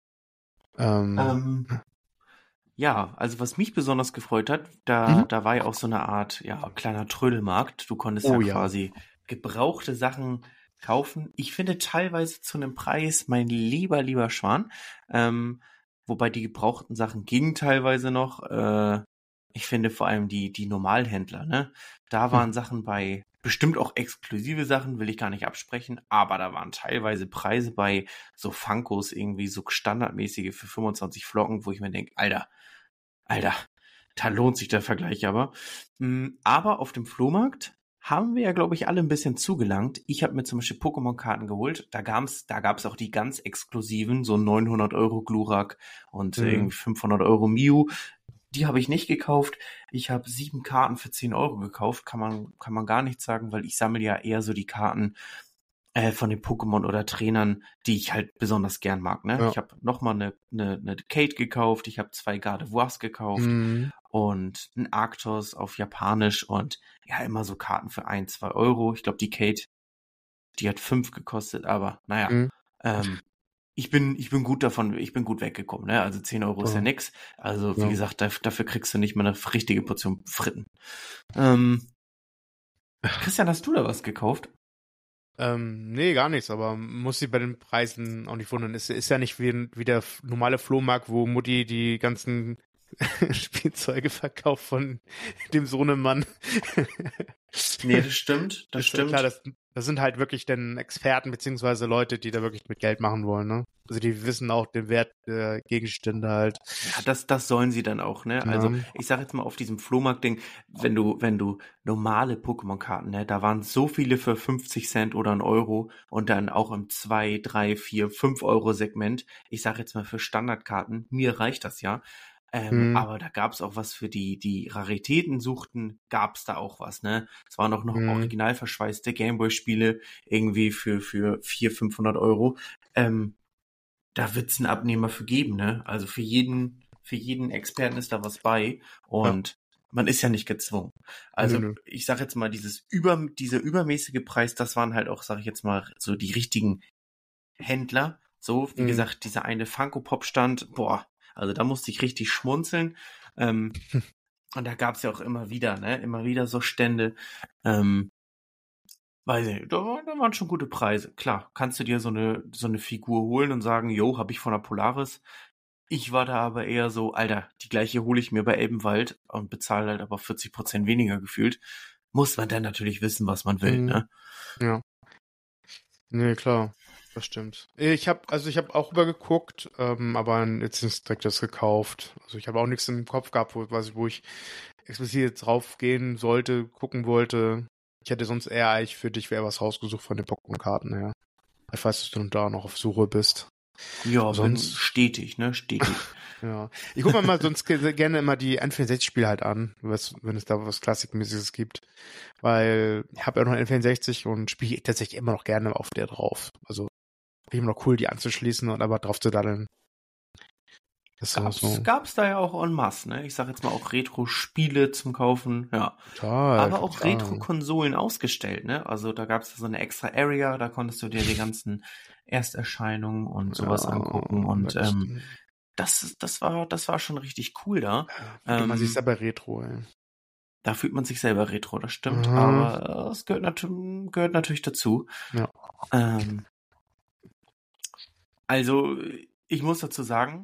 Speaker 1: Ja, also was mich besonders gefreut hat, da war ja auch so eine Art, ja, kleiner Trödelmarkt. Du konntest quasi gebrauchte Sachen kaufen. Ich finde teilweise zu einem Preis, mein lieber Schwan. Wobei die gebrauchten Sachen gingen teilweise noch. Ich finde vor allem die Normalhändler, ne? Da waren Sachen bei, bestimmt auch exklusive Sachen, will ich gar nicht absprechen, aber da waren teilweise Preise bei so Funkos irgendwie, so standardmäßige für 25 Flocken, wo ich mir denke, Alter, da lohnt sich der Vergleich aber. Aber auf dem Flohmarkt haben wir ja, glaube ich, alle ein bisschen zugelangt. Ich habe mir zum Beispiel Pokémon-Karten geholt. Da gab's auch die ganz exklusiven, so 900 € Glurak und irgendwie 500 € Mew. Die habe ich nicht gekauft. Ich habe 7 Karten für 10 € gekauft. Kann man gar nicht sagen, weil ich sammle ja eher so die Karten von den Pokémon oder Trainern, die ich halt besonders gern mag. Ne? Ja. Ich habe nochmal eine Kate gekauft. Ich habe 2 Gardevoirs gekauft und ein Arctos auf Japanisch und ja, immer so Karten für 1, 2 €. Ich glaube, die Kate, die hat 5 gekostet, aber naja. Ich bin gut weggekommen, ne? Also 10 € ist ja nix. Also, wie gesagt, dafür kriegst du nicht mal eine richtige Portion Fritten. Christian, hast du da was gekauft?
Speaker 2: Nee, gar nichts, aber muss sich bei den Preisen auch nicht wundern. Ist ja nicht wie der normale Flohmarkt, wo Mutti die ganzen Spielzeuge verkauft von dem Sohnemann.
Speaker 1: Nee, das stimmt.
Speaker 2: Klar, das sind halt wirklich dann Experten beziehungsweise Leute, die da wirklich mit Geld machen wollen, ne? Also die wissen auch den Wert der Gegenstände halt.
Speaker 1: Ja, das sollen sie dann auch, ne? Also ich sag jetzt mal auf diesem Flohmarkt-Ding, wenn du normale Pokémon-Karten, ne, da waren so viele für 50 Cent oder 1 € und dann auch im 2, 3, 4, 5 € Segment. Ich sag jetzt mal für Standardkarten, mir reicht das ja. Aber da gab's auch was für die Raritäten suchten, gab's da auch was, ne? Es waren auch noch original verschweißte Gameboy-Spiele irgendwie für 400, 500 €. Da wird's einen Abnehmer für geben, ne? Also für jeden Experten ist da was bei und man ist ja nicht gezwungen. Also ich sag jetzt mal, dieser übermäßige Preis, das waren halt auch, sag ich jetzt mal, so die richtigen Händler. So, wie gesagt, dieser eine Funko-Pop-Stand, boah, also da musste ich richtig schmunzeln. Und da gab's ja auch immer wieder so Stände. Weiß nicht, da waren schon gute Preise. Klar, kannst du dir so eine Figur holen und sagen, jo, hab ich von der Polaris. Ich war da aber eher so, Alter, die gleiche hole ich mir bei Elbenwald und bezahle halt aber 40% weniger gefühlt. Muss man dann natürlich wissen, was man will, ne?
Speaker 2: Ja. Nee, klar. Das stimmt. Ich habe auch übergeguckt, aber jetzt nicht direkt das gekauft. Also ich habe auch nichts im Kopf gehabt, wo ich explizit jetzt drauf gehen sollte, gucken wollte. Ich hätte sonst eher eigentlich für dich was rausgesucht von den Pokémon-Karten her. Falls du da noch auf Suche bist.
Speaker 1: Ja, sonst stetig, ne? Stetig.
Speaker 2: Ja. Ich gucke mir mal sonst gerne immer die N64-Spiele halt an, wenn es da was Klassikmäßiges gibt. Weil ich habe ja noch N64 und spiele tatsächlich immer noch gerne auf der drauf. Also immer noch cool, die anzuschließen und aber drauf zu daddeln.
Speaker 1: Gab's da ja auch en masse, ne? Ich sag jetzt mal auch Retro-Spiele zum Kaufen, ja. Aber auch Retro-Konsolen ausgestellt, ne? Also da gab's so eine extra Area, da konntest du dir die ganzen Ersterscheinungen und sowas angucken und das war schon richtig cool da.
Speaker 2: Man sich selber Retro, ey.
Speaker 1: Da fühlt man sich selber Retro, das stimmt, aber es gehört natürlich dazu.
Speaker 2: Ja.
Speaker 1: Also, ich muss dazu sagen,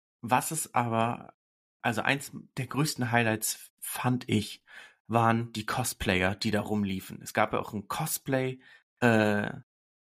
Speaker 1: also eins der größten Highlights fand ich, waren die Cosplayer, die da rumliefen. Es gab ja auch ein Cosplay-Event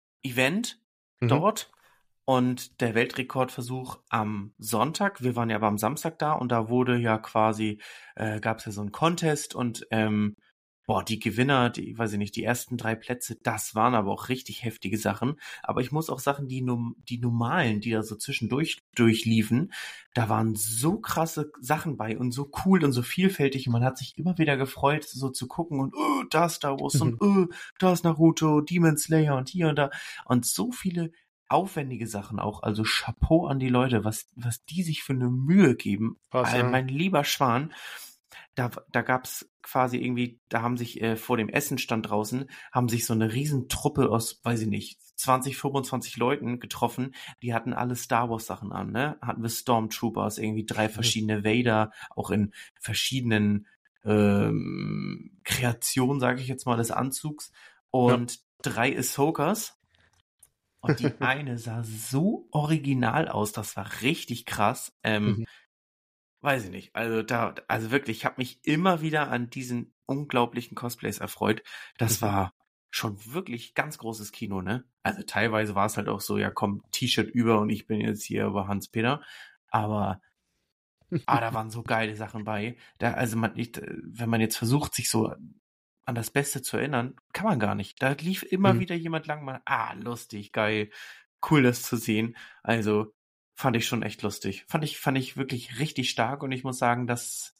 Speaker 1: dort und der Weltrekordversuch am Sonntag. Wir waren ja aber am Samstag da und da wurde ja quasi, gab es ja so einen Contest und die Gewinner, weiß ich nicht, die ersten 3 Plätze, das waren aber auch richtig heftige Sachen. Aber ich muss auch sagen, die normalen, die da so zwischendurch durchliefen, da waren so krasse Sachen bei und so cool und so vielfältig. Und man hat sich immer wieder gefreut, so zu gucken und da ist Star Wars und da ist Naruto, Demon Slayer und hier und da. Und so viele aufwendige Sachen auch. Also Chapeau an die Leute, was die sich für eine Mühe geben. Mein lieber Schwan. Da gab's quasi irgendwie, da haben sich vor dem Essenstand draußen, haben sich so eine Riesentruppe aus, weiß ich nicht, 20, 25 Leuten getroffen, die hatten alle Star Wars Sachen an, ne? Hatten wir Stormtroopers, irgendwie 3 verschiedene Vader, auch in verschiedenen Kreationen, sage ich jetzt mal, des Anzugs und 3 Ahsokas. Und die eine sah so original aus, das war richtig krass. Weiß ich nicht. Also wirklich, ich habe mich immer wieder an diesen unglaublichen Cosplays erfreut. Das war schon wirklich ganz großes Kino, ne? Also teilweise war es halt auch so, ja komm, T-Shirt über und ich bin jetzt hier über Hans-Peter. Aber da waren so geile Sachen bei. Wenn man jetzt versucht, sich so an das Beste zu erinnern, kann man gar nicht. Da lief immer wieder jemand lang mal, lustig, geil, cool das zu sehen. Also fand ich schon echt lustig. Fand ich wirklich richtig stark und ich muss sagen, das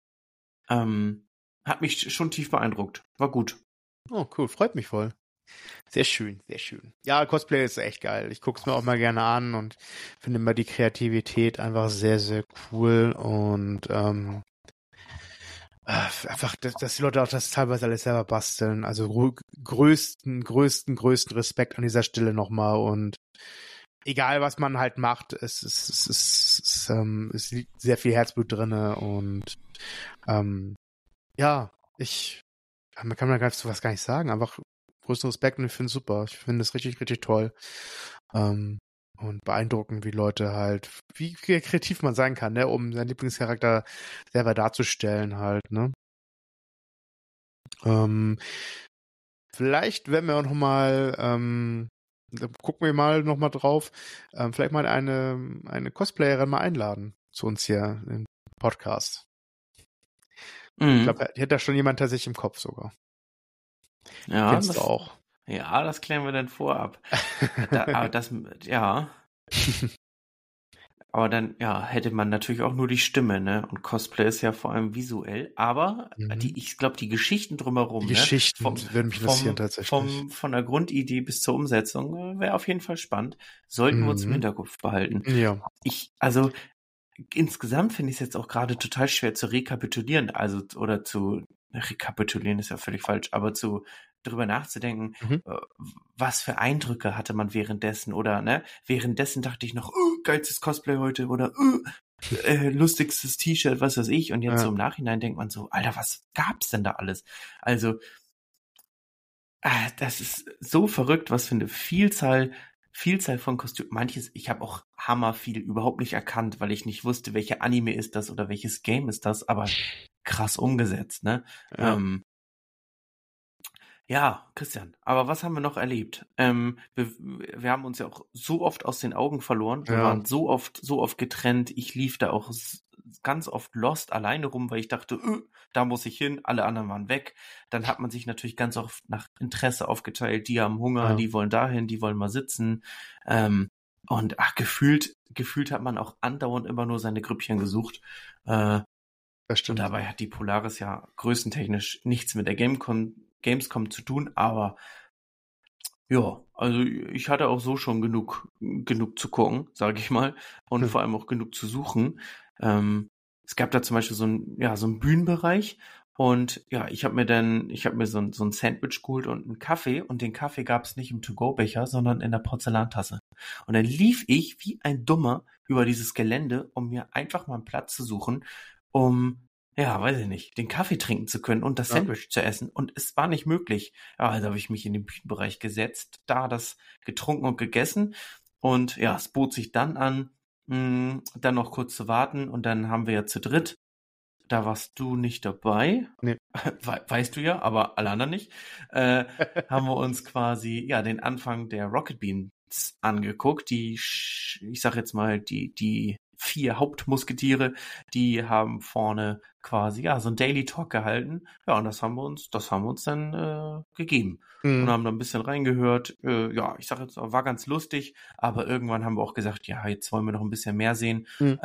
Speaker 1: hat mich schon tief beeindruckt. War gut.
Speaker 2: Oh, cool. Freut mich voll. Sehr schön, sehr schön. Ja, Cosplay ist echt geil. Ich gucke es mir auch mal gerne an und finde immer die Kreativität einfach sehr, sehr cool und einfach, dass die Leute auch das teilweise alles selber basteln. Also größten Respekt an dieser Stelle nochmal und egal was man halt macht, es liegt sehr viel Herzblut drinne und man kann da was gar nicht sagen, einfach größten Respekt und ich finde es super. Ich finde es richtig, richtig toll. Und beeindruckend, wie Leute halt, wie kreativ man sein kann, ne, um seinen Lieblingscharakter selber darzustellen halt, ne. Vielleicht werden wir auch noch mal, gucken wir mal noch mal drauf, vielleicht mal eine Cosplayerin mal einladen zu uns hier im Podcast. Ich glaube, hätte da schon jemand tatsächlich im Kopf sogar.
Speaker 1: Ja,
Speaker 2: kennst du auch.
Speaker 1: Ja, das klären wir dann vorab. Aber dann, hätte man natürlich auch nur die Stimme, ne? Und Cosplay ist ja vor allem visuell. Aber ich glaube, die Geschichten drumherum,
Speaker 2: die Geschichten würden mich interessieren tatsächlich.
Speaker 1: Von der Grundidee bis zur Umsetzung wäre auf jeden Fall spannend. Sollten wir uns im Hinterkopf behalten.
Speaker 2: Ja.
Speaker 1: Insgesamt finde ich es jetzt auch gerade total schwer zu rekapitulieren. Rekapitulieren ist ja völlig falsch, aber drüber nachzudenken, was für Eindrücke hatte man währenddessen oder, ne? Währenddessen dachte ich noch, geilstes Cosplay heute oder lustigstes T-Shirt, was weiß ich. Und jetzt so im Nachhinein denkt man so, Alter, was gab's denn da alles? Also, das ist so verrückt, was für eine Vielzahl Vielzahl von Kostümen. Manches, ich habe auch hammer viel überhaupt nicht erkannt, weil ich nicht wusste, welche Anime ist das oder welches Game ist das, aber krass umgesetzt, ne?
Speaker 2: Ja.
Speaker 1: Ja, Christian, aber was haben wir noch erlebt? Wir haben uns ja auch so oft aus den Augen verloren. Wir
Speaker 2: Ja.
Speaker 1: waren so oft getrennt. Ich lief da auch ganz oft lost alleine rum, weil ich dachte, da muss ich hin. Alle anderen waren weg. Dann hat man sich natürlich ganz oft nach Interesse aufgeteilt. Die haben Hunger,
Speaker 2: Ja.
Speaker 1: die wollen dahin, die wollen mal sitzen. Und gefühlt hat man auch andauernd immer nur seine Grüppchen gesucht.
Speaker 2: Das
Speaker 1: Und
Speaker 2: stimmt.
Speaker 1: dabei hat die Polaris ja größentechnisch nichts mit der Gamescom zu tun, aber ja, also ich hatte auch so schon genug zu gucken, sage ich mal, und vor allem auch genug zu suchen. Es gab da zum Beispiel so einen Bühnenbereich und ja, ich habe mir so ein Sandwich geholt und einen Kaffee und den Kaffee gab es nicht im To-Go-Becher, sondern in der Porzellantasse. Und dann lief ich wie ein Dummer über dieses Gelände, um mir einfach mal einen Platz zu suchen, um ja, weiß ich nicht, den Kaffee trinken zu können und das
Speaker 2: Ja.
Speaker 1: Sandwich zu essen. Und es war nicht möglich. Ja, also habe ich mich in den Bühnenbereich gesetzt, da das getrunken und gegessen. Und ja, es bot sich dann an, dann noch kurz zu warten. Und dann haben wir ja zu dritt, da warst du nicht dabei.
Speaker 2: Nee.
Speaker 1: Weißt du ja, aber alle anderen nicht. Haben wir uns quasi ja den Anfang der Rocket Beans angeguckt. Ich sag jetzt mal, die 4 Hauptmusketiere, die haben vorne quasi ja so ein Daily Talk gehalten. Ja, und das haben wir uns dann gegeben. Und haben da ein bisschen reingehört. Ja, ich sag jetzt, war ganz lustig, aber irgendwann haben wir auch gesagt, ja, jetzt wollen wir noch ein bisschen mehr sehen.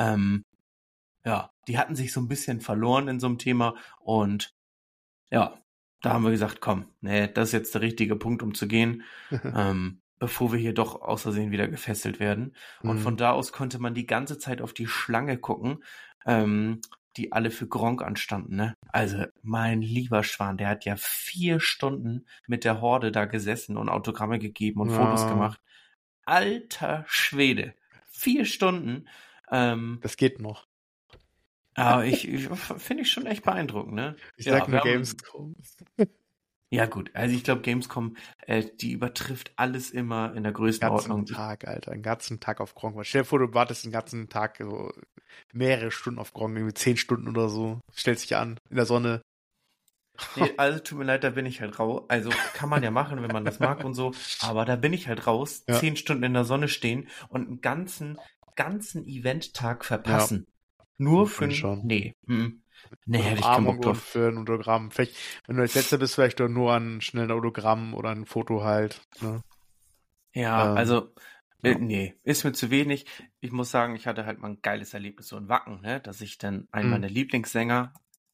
Speaker 1: Ja, die hatten sich so ein bisschen verloren in so einem Thema und ja, da haben wir gesagt, komm, nee, das ist jetzt der richtige Punkt, um zu gehen, bevor wir hier doch aus Versehen wieder gefesselt werden. Und von da aus konnte man die ganze Zeit auf die Schlange gucken, die alle für Gronkh anstanden, ne? Also, mein lieber Schwan, der hat ja 4 Stunden mit der Horde da gesessen und Autogramme gegeben und Fotos gemacht. Alter Schwede. 4 Stunden.
Speaker 2: Das geht noch.
Speaker 1: Aber ich finde ich schon echt beeindruckend, ne?
Speaker 2: Ich
Speaker 1: Ja,
Speaker 2: sag nur Gamescom.
Speaker 1: Ja gut, also ich glaube Gamescom, die übertrifft alles immer in der Größenordnung.
Speaker 2: Tag, Alter, einen ganzen Tag auf Gronkh. Stell dir vor, du wartest den ganzen Tag so mehrere Stunden auf Gronkh, irgendwie 10 Stunden oder so. Stellst dich an, in der Sonne.
Speaker 1: Nee, also tut mir leid, da bin ich halt raus. Also kann man ja machen, wenn man das mag und so, aber da bin ich halt raus,
Speaker 2: Ja.
Speaker 1: 10 Stunden in der Sonne stehen und einen ganzen Eventtag verpassen. Nur für Nee, hätte ich keinen Bock drauf.
Speaker 2: Für ein Autogramm. Vielleicht, wenn du als Letzter bist, vielleicht nur an schnell ein Autogramm oder ein Foto halt. Ne?
Speaker 1: Ja, also nee, ist mir zu wenig. Ich muss sagen, ich hatte halt mal ein geiles Erlebnis so in Wacken, ne, dass ich dann einen meiner Lieblingssänger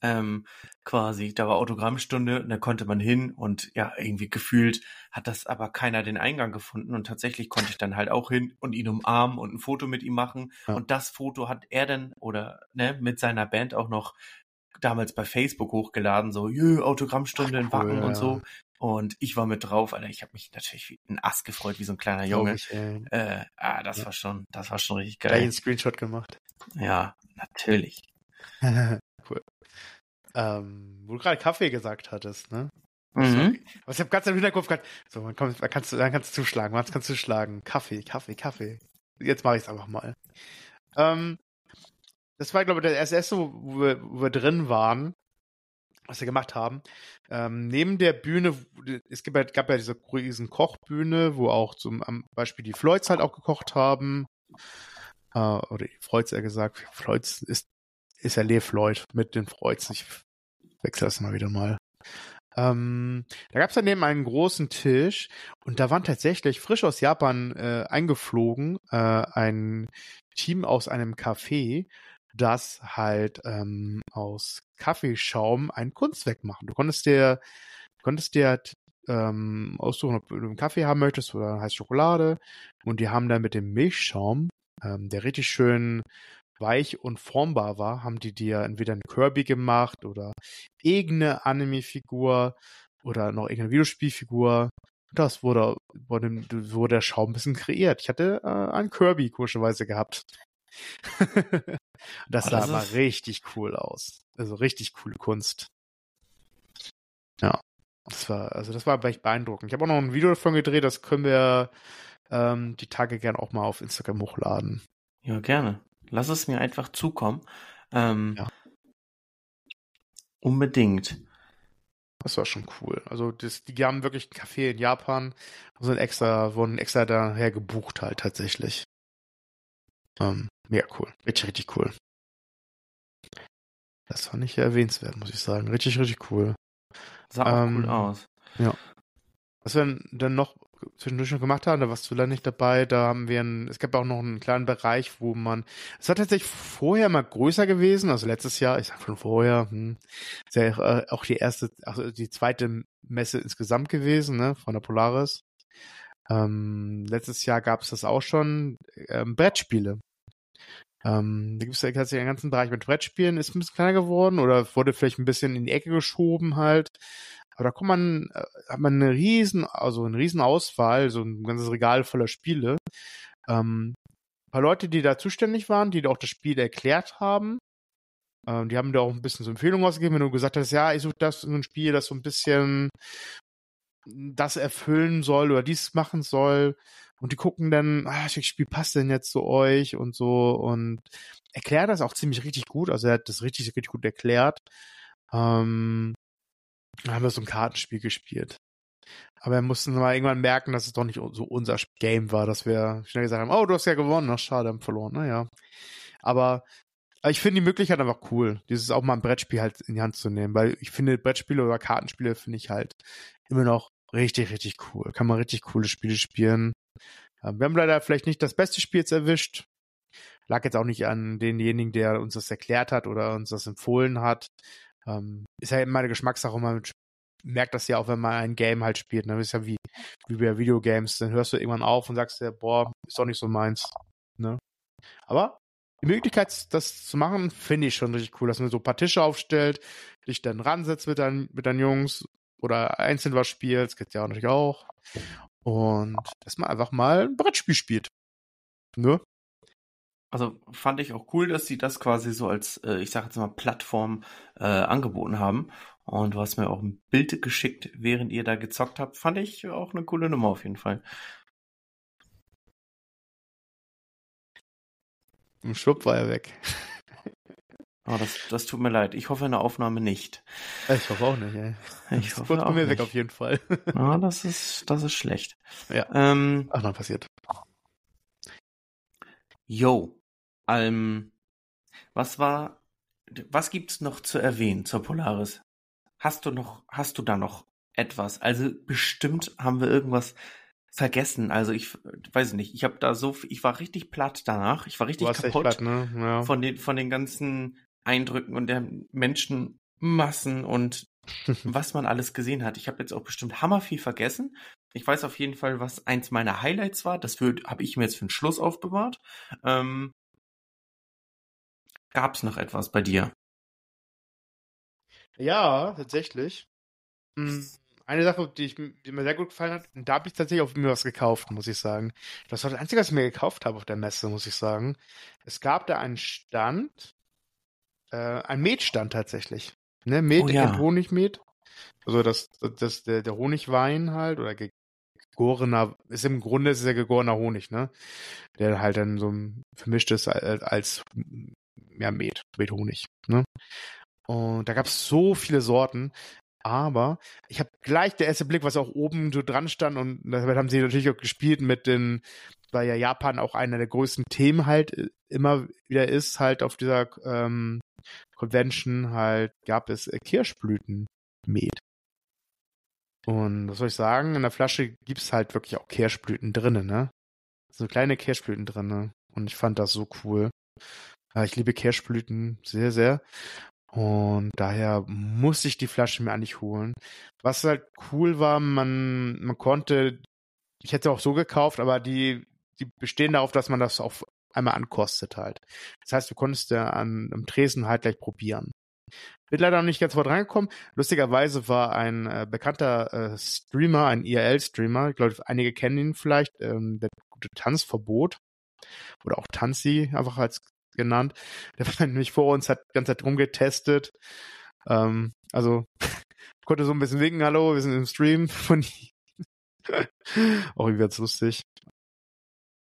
Speaker 1: quasi, da war Autogrammstunde und da konnte man hin und ja, irgendwie gefühlt hat das aber keiner den Eingang gefunden und tatsächlich konnte ich dann halt auch hin und ihn umarmen und ein Foto mit ihm machen und das Foto hat er dann oder ne, mit seiner Band auch noch damals bei Facebook hochgeladen, so Autogrammstunde in Wacken und so. Und ich war mit drauf, Alter, ich habe mich natürlich wie ein Ass gefreut, wie so ein kleiner Junge. Das war schon richtig geil.
Speaker 2: Gleich einen Screenshot gemacht.
Speaker 1: Ja, natürlich.
Speaker 2: Cool. Wo du gerade Kaffee gesagt hattest, ne?
Speaker 1: Mhm.
Speaker 2: Was ich habe ganz im Hinterkopf gehabt, so, dann kannst du zuschlagen, was kannst du schlagen? Kaffee. Jetzt mache ich es einfach mal. Das war, glaube ich, das erste, wo wir drin waren, was wir gemacht haben. Neben der Bühne, es gab ja diese riesen Kochbühne, wo auch zum Beispiel die Floyds halt auch gekocht haben. Oder die Freuds eher gesagt. Floyds ist ja Lee Floyd mit den Freuds. Ich wechsle das mal wieder mal. Da gab es daneben einen großen Tisch und da waren tatsächlich frisch aus Japan eingeflogen ein Team aus einem Café, das halt aus Kaffeeschaum ein Kunstwerk machen. Du konntest dir aussuchen, ob du einen Kaffee haben möchtest oder heiße Schokolade und die haben dann mit dem Milchschaum, der richtig schön weich und formbar war, haben die dir entweder einen Kirby gemacht oder irgendeine Anime-Figur oder noch irgendeine Videospielfigur. Das wurde der Schaum ein bisschen kreiert. Ich hatte einen Kirby komischerweise gehabt. Das sah aber richtig cool aus. Also richtig coole Kunst. Ja. Das war echt beeindruckend. Ich habe auch noch ein Video davon gedreht, das können wir die Tage gern auch mal auf Instagram hochladen.
Speaker 1: Ja, gerne. Lass es mir einfach zukommen.
Speaker 2: Ja.
Speaker 1: Unbedingt.
Speaker 2: Das war schon cool. Also die haben wirklich ein Café in Japan und wurden extra daher gebucht halt tatsächlich. Mega cool. Richtig, richtig cool. Das fand ich erwähnenswert, muss ich sagen. Richtig, richtig cool.
Speaker 1: Sah auch cool aus.
Speaker 2: Ja. Was wir dann noch zwischendurch noch gemacht haben, da warst du leider nicht dabei, da haben wir es gab auch noch einen kleinen Bereich, wo es war tatsächlich vorher mal größer gewesen, also letztes Jahr, ich sag schon vorher, ist ja auch die zweite Messe insgesamt gewesen, ne, von der Polaris. Letztes Jahr gab es das auch schon, Brettspiele. Da gibt es ja einen ganzen Bereich mit Brettspielen, ist ein bisschen kleiner geworden oder wurde vielleicht ein bisschen in die Ecke geschoben halt. Aber da hat man eine riesen Auswahl, so ein ganzes Regal voller Spiele. Ein paar Leute, die da zuständig waren, die auch das Spiel erklärt haben, die haben da auch ein bisschen so Empfehlungen ausgegeben, wenn du gesagt hast, ja, ich suche so ein Spiel, das so ein bisschen das erfüllen soll oder dies machen soll. Und die gucken dann, welches Spiel passt denn jetzt zu euch und so und erklärt das auch ziemlich richtig gut. Also er hat das richtig, richtig gut erklärt. Dann haben wir so ein Kartenspiel gespielt. Aber wir mussten mal irgendwann merken, dass es doch nicht so unser Game war, dass wir schnell gesagt haben, oh, du hast ja gewonnen, ach schade, haben verloren, naja. Aber ich finde die Möglichkeit einfach cool, dieses auch mal ein Brettspiel halt in die Hand zu nehmen, weil ich finde Brettspiele oder Kartenspiele finde ich halt immer noch richtig, richtig cool. Kann man richtig coole Spiele spielen. Wir haben leider vielleicht nicht das beste Spiel jetzt erwischt. Lag jetzt auch nicht an denjenigen, der uns das erklärt hat oder uns das empfohlen hat. Ist ja immer eine Geschmackssache, man merkt das ja auch, wenn man ein Game halt spielt. Ne? Das ist ja wie bei Videogames, dann hörst du irgendwann auf und sagst dir, boah, ist doch nicht so meins. Ne? Aber die Möglichkeit, das zu machen, finde ich schon richtig cool, dass man so ein paar Tische aufstellt, dich dann ransetzt mit deinen Jungs oder einzeln was spielst, geht ja auch natürlich auch. Und dass man einfach mal ein Brettspiel spielt. Ne?
Speaker 1: Also fand ich auch cool, dass sie das quasi so als, ich sag jetzt mal, Plattform angeboten haben. Und du hast mir auch ein Bild geschickt, während ihr da gezockt habt. Fand ich auch eine coole Nummer auf jeden Fall.
Speaker 2: Im Schwupp war er weg.
Speaker 1: Oh, das tut mir leid. Ich hoffe in der Aufnahme nicht.
Speaker 2: Ich hoffe auch nicht, ey.
Speaker 1: Ich hoffe auch
Speaker 2: mir
Speaker 1: nicht.
Speaker 2: weg auf jeden Fall.
Speaker 1: Ah, das ist schlecht.
Speaker 2: Ja. Ach, noch passiert.
Speaker 1: Jo. Was gibt's noch zu erwähnen zur Polaris? Hast du da noch etwas? Also bestimmt haben wir irgendwas vergessen. Also ich weiß nicht, ich war richtig platt danach. Ich war richtig kaputt
Speaker 2: echt platt, ne? Ja.
Speaker 1: von den ganzen Eindrücken und der Menschenmassen und was man alles gesehen hat. Ich habe jetzt auch bestimmt hammerviel vergessen. Ich weiß auf jeden Fall, was eins meiner Highlights war. Das habe ich mir jetzt für den Schluss aufbewahrt. Gab's noch etwas bei dir?
Speaker 2: Ja, tatsächlich. Eine Sache, die mir sehr gut gefallen hat, und da habe ich tatsächlich auch mir was gekauft, muss ich sagen. Das war das Einzige, was ich mir gekauft habe auf der Messe, muss ich sagen. Es gab da einen Stand, ein Metstand tatsächlich. Ne, Met, kennt Honigmet. Also der Honigwein halt, oder gegorener, im Grunde ist es ja gegorener Honig, ne? Der halt dann so vermischt ist als Met Honig, ne? Und da gab es so viele Sorten, aber ich habe gleich der erste Blick, was auch oben so dran stand, und damit haben sie natürlich auch gespielt weil ja Japan auch einer der größten Themen halt immer wieder ist, halt auf dieser Convention halt gab es Kirschblütenmet. Und was soll ich sagen, in der Flasche gibt's halt wirklich auch Kirschblüten drinnen, ne? So kleine Kirschblüten drinne. Und ich fand das so cool. Ich liebe Kirschblüten sehr, sehr. Und daher musste ich die Flasche mir eigentlich holen. Was halt cool war, man konnte, ich hätte auch so gekauft, aber die bestehen darauf, dass man das auf einmal ankostet halt. Das heißt, du konntest ja am Tresen halt gleich probieren. Bin leider noch nicht ganz weit reingekommen. Lustigerweise war ein bekannter Streamer, ein IRL-Streamer, ich glaube, einige kennen ihn vielleicht, der gute Tanzverbot oder auch Tanzi einfach als genannt. Der war nämlich vor uns, hat die ganze Zeit rumgetestet. Also konnte so ein bisschen winken, hallo, wir sind im Stream von auch irgendwie ganz lustig.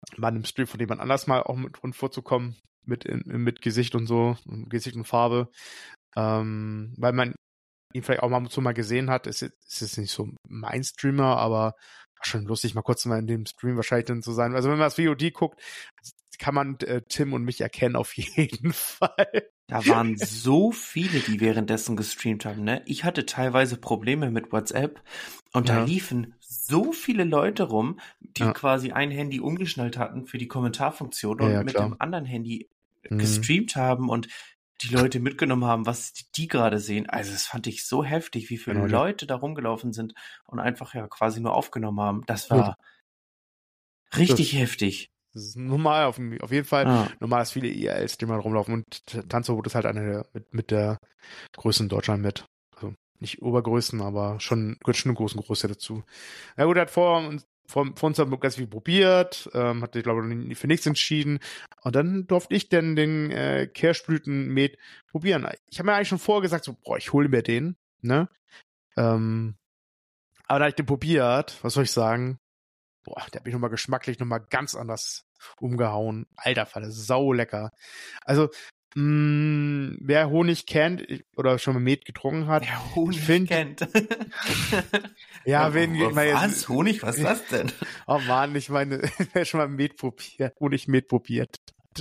Speaker 2: mal in einem Stream von jemand anders mal auch mit vorzukommen, mit Gesicht und so, Gesicht und Farbe. Weil man ihn vielleicht auch mal so mal gesehen hat, ist jetzt nicht so mein Streamer, aber war schon lustig, mal kurz mal in dem Stream wahrscheinlich dann zu sein. Also wenn man das VOD guckt, kann man Tim und mich erkennen auf jeden Fall.
Speaker 1: Da waren so viele, die währenddessen gestreamt haben, ne? Ich hatte teilweise Probleme mit WhatsApp und da liefen so viele Leute rum, die quasi ein Handy umgeschnallt hatten für die Kommentarfunktion und mit dem anderen Handy gestreamt haben und die Leute mitgenommen haben, was die gerade sehen. Also das fand ich so heftig, wie viele Leute da rumgelaufen sind und einfach ja quasi nur aufgenommen haben. Das war richtig heftig.
Speaker 2: Das ist normal, auf jeden Fall normal, dass viele IRL-Streamer rumlaufen und Tanzverbot ist halt eine mit der Größe in Deutschland mit. Also nicht Obergrößen, aber schon eine große Größe dazu. Na gut, er hat vor uns ganz viel probiert, hat sich, glaube ich, für nichts entschieden. Und dann durfte ich dann den Kirschblütenmet probieren. Ich habe mir eigentlich schon vorher gesagt, so, ich hole mir den, ne? Aber dann habe ich den probiert, was soll ich sagen? Der hat mich nochmal geschmacklich nochmal ganz anders umgehauen. Alter Fall, sau lecker. Also, wer Honig kennt oder schon mal Met getrunken hat.
Speaker 1: Wer Honig kennt.
Speaker 2: Ja,
Speaker 1: was? Honig? Was ist das denn?
Speaker 2: Oh Mann, ich meine, wer schon mal Honigmet probiert.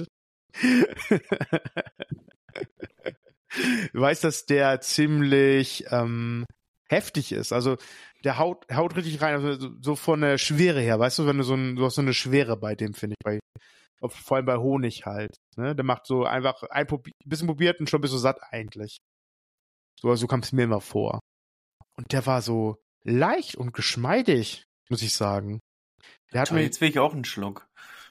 Speaker 2: Du weißt, dass der ziemlich heftig ist. Also der haut richtig rein, also so von der Schwere her, weißt du, wenn du hast so eine Schwere bei dem, finde ich, vor allem bei Honig halt. Ne? Der macht so einfach ein bisschen probiert und schon bist du satt eigentlich. So kam es mir immer vor. Und der war so leicht und geschmeidig, muss ich sagen.
Speaker 1: Jetzt will ich auch einen Schluck.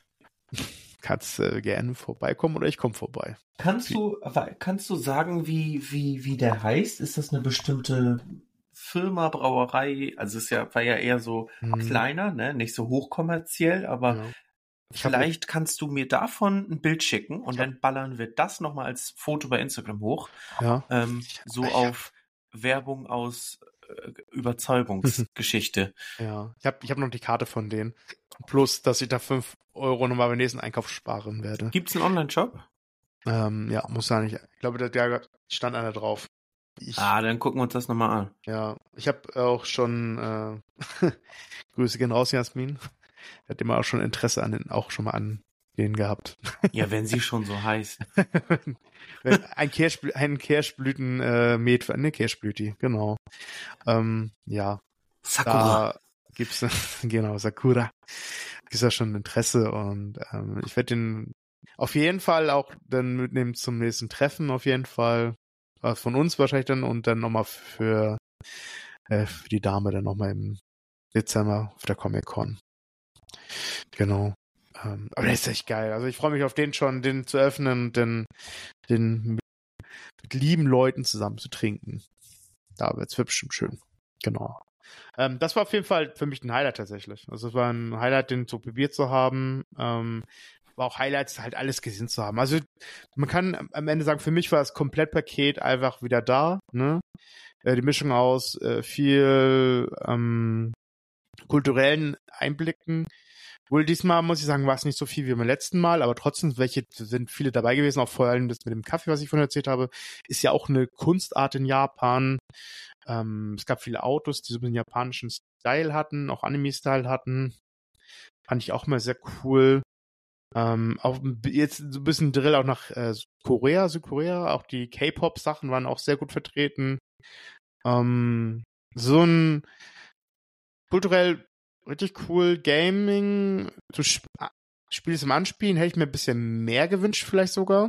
Speaker 2: Kannst gerne vorbeikommen oder ich komme vorbei.
Speaker 1: Kannst du sagen, wie der heißt? Ist das eine bestimmte Firma, Brauerei? Also war ja eher so kleiner, ne? Nicht so hochkommerziell, aber vielleicht kannst du mir davon ein Bild schicken und dann ballern wir das nochmal als Foto bei Instagram hoch.
Speaker 2: Ja.
Speaker 1: Auf Werbung aus Überzeugungsgeschichte.
Speaker 2: Ja, ich hab noch die Karte von denen. Plus, dass ich da 5 Euro nochmal beim nächsten Einkauf sparen werde.
Speaker 1: Gibt's einen Online-Shop?
Speaker 2: Ja, muss da nicht. Ich glaube, da stand einer drauf.
Speaker 1: Dann gucken wir uns das nochmal an.
Speaker 2: Ja, ich habe auch schon Grüße gehen raus, Jasmin. Er hat immer auch schon Interesse an denen gehabt.
Speaker 1: Ja, wenn sie schon so heißt.
Speaker 2: Ein Kirschblüten-Met für eine Kirschblüti, genau. Ja.
Speaker 1: Sakura.
Speaker 2: Da gibt's, genau, Sakura. Gibt's ja schon Interesse und ich werde den auf jeden Fall auch dann mitnehmen zum nächsten Treffen, auf jeden Fall. Von uns wahrscheinlich dann und dann nochmal für die Dame dann nochmal im Dezember auf der Comic-Con. Genau. Aber der ist echt geil. Also ich freue mich auf den zu öffnen und den mit lieben Leuten zusammen zu trinken. Da wird es bestimmt schön. Genau. Das war auf jeden Fall für mich ein Highlight tatsächlich. Also es war ein Highlight, den so probiert zu haben. War auch Highlights, halt alles gesehen zu haben. Also man kann am Ende sagen, für mich war das Komplettpaket einfach wieder da. Ne? Die Mischung aus viel kulturellen Einblicken. Wohl diesmal, muss ich sagen, war es nicht so viel wie beim letzten Mal, aber trotzdem sind viele dabei gewesen, auch vor allem das mit dem Kaffee, was ich vorhin erzählt habe, ist ja auch eine Kunstart in Japan. Es gab viele Autos, die so einen japanischen Style hatten, auch Anime-Style hatten. Fand ich auch mal sehr cool. Auch jetzt so ein bisschen Drill auch nach Südkorea. Auch die K-Pop-Sachen waren auch sehr gut vertreten. So ein kulturell richtig cool Gaming. Spiel ist im Anspielen, hätte ich mir ein bisschen mehr gewünscht, vielleicht sogar.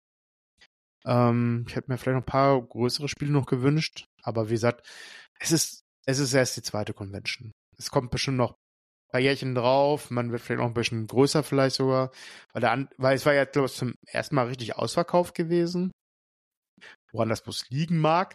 Speaker 2: Ich hätte mir vielleicht noch ein paar größere Spiele noch gewünscht. Aber wie gesagt, es ist erst die zweite Convention. Es kommt bestimmt noch ein paar Jährchen drauf. Man wird vielleicht noch ein bisschen größer vielleicht sogar. Weil es war ja, glaube ich, zum ersten Mal richtig ausverkauft gewesen. Woran das bloß liegen mag.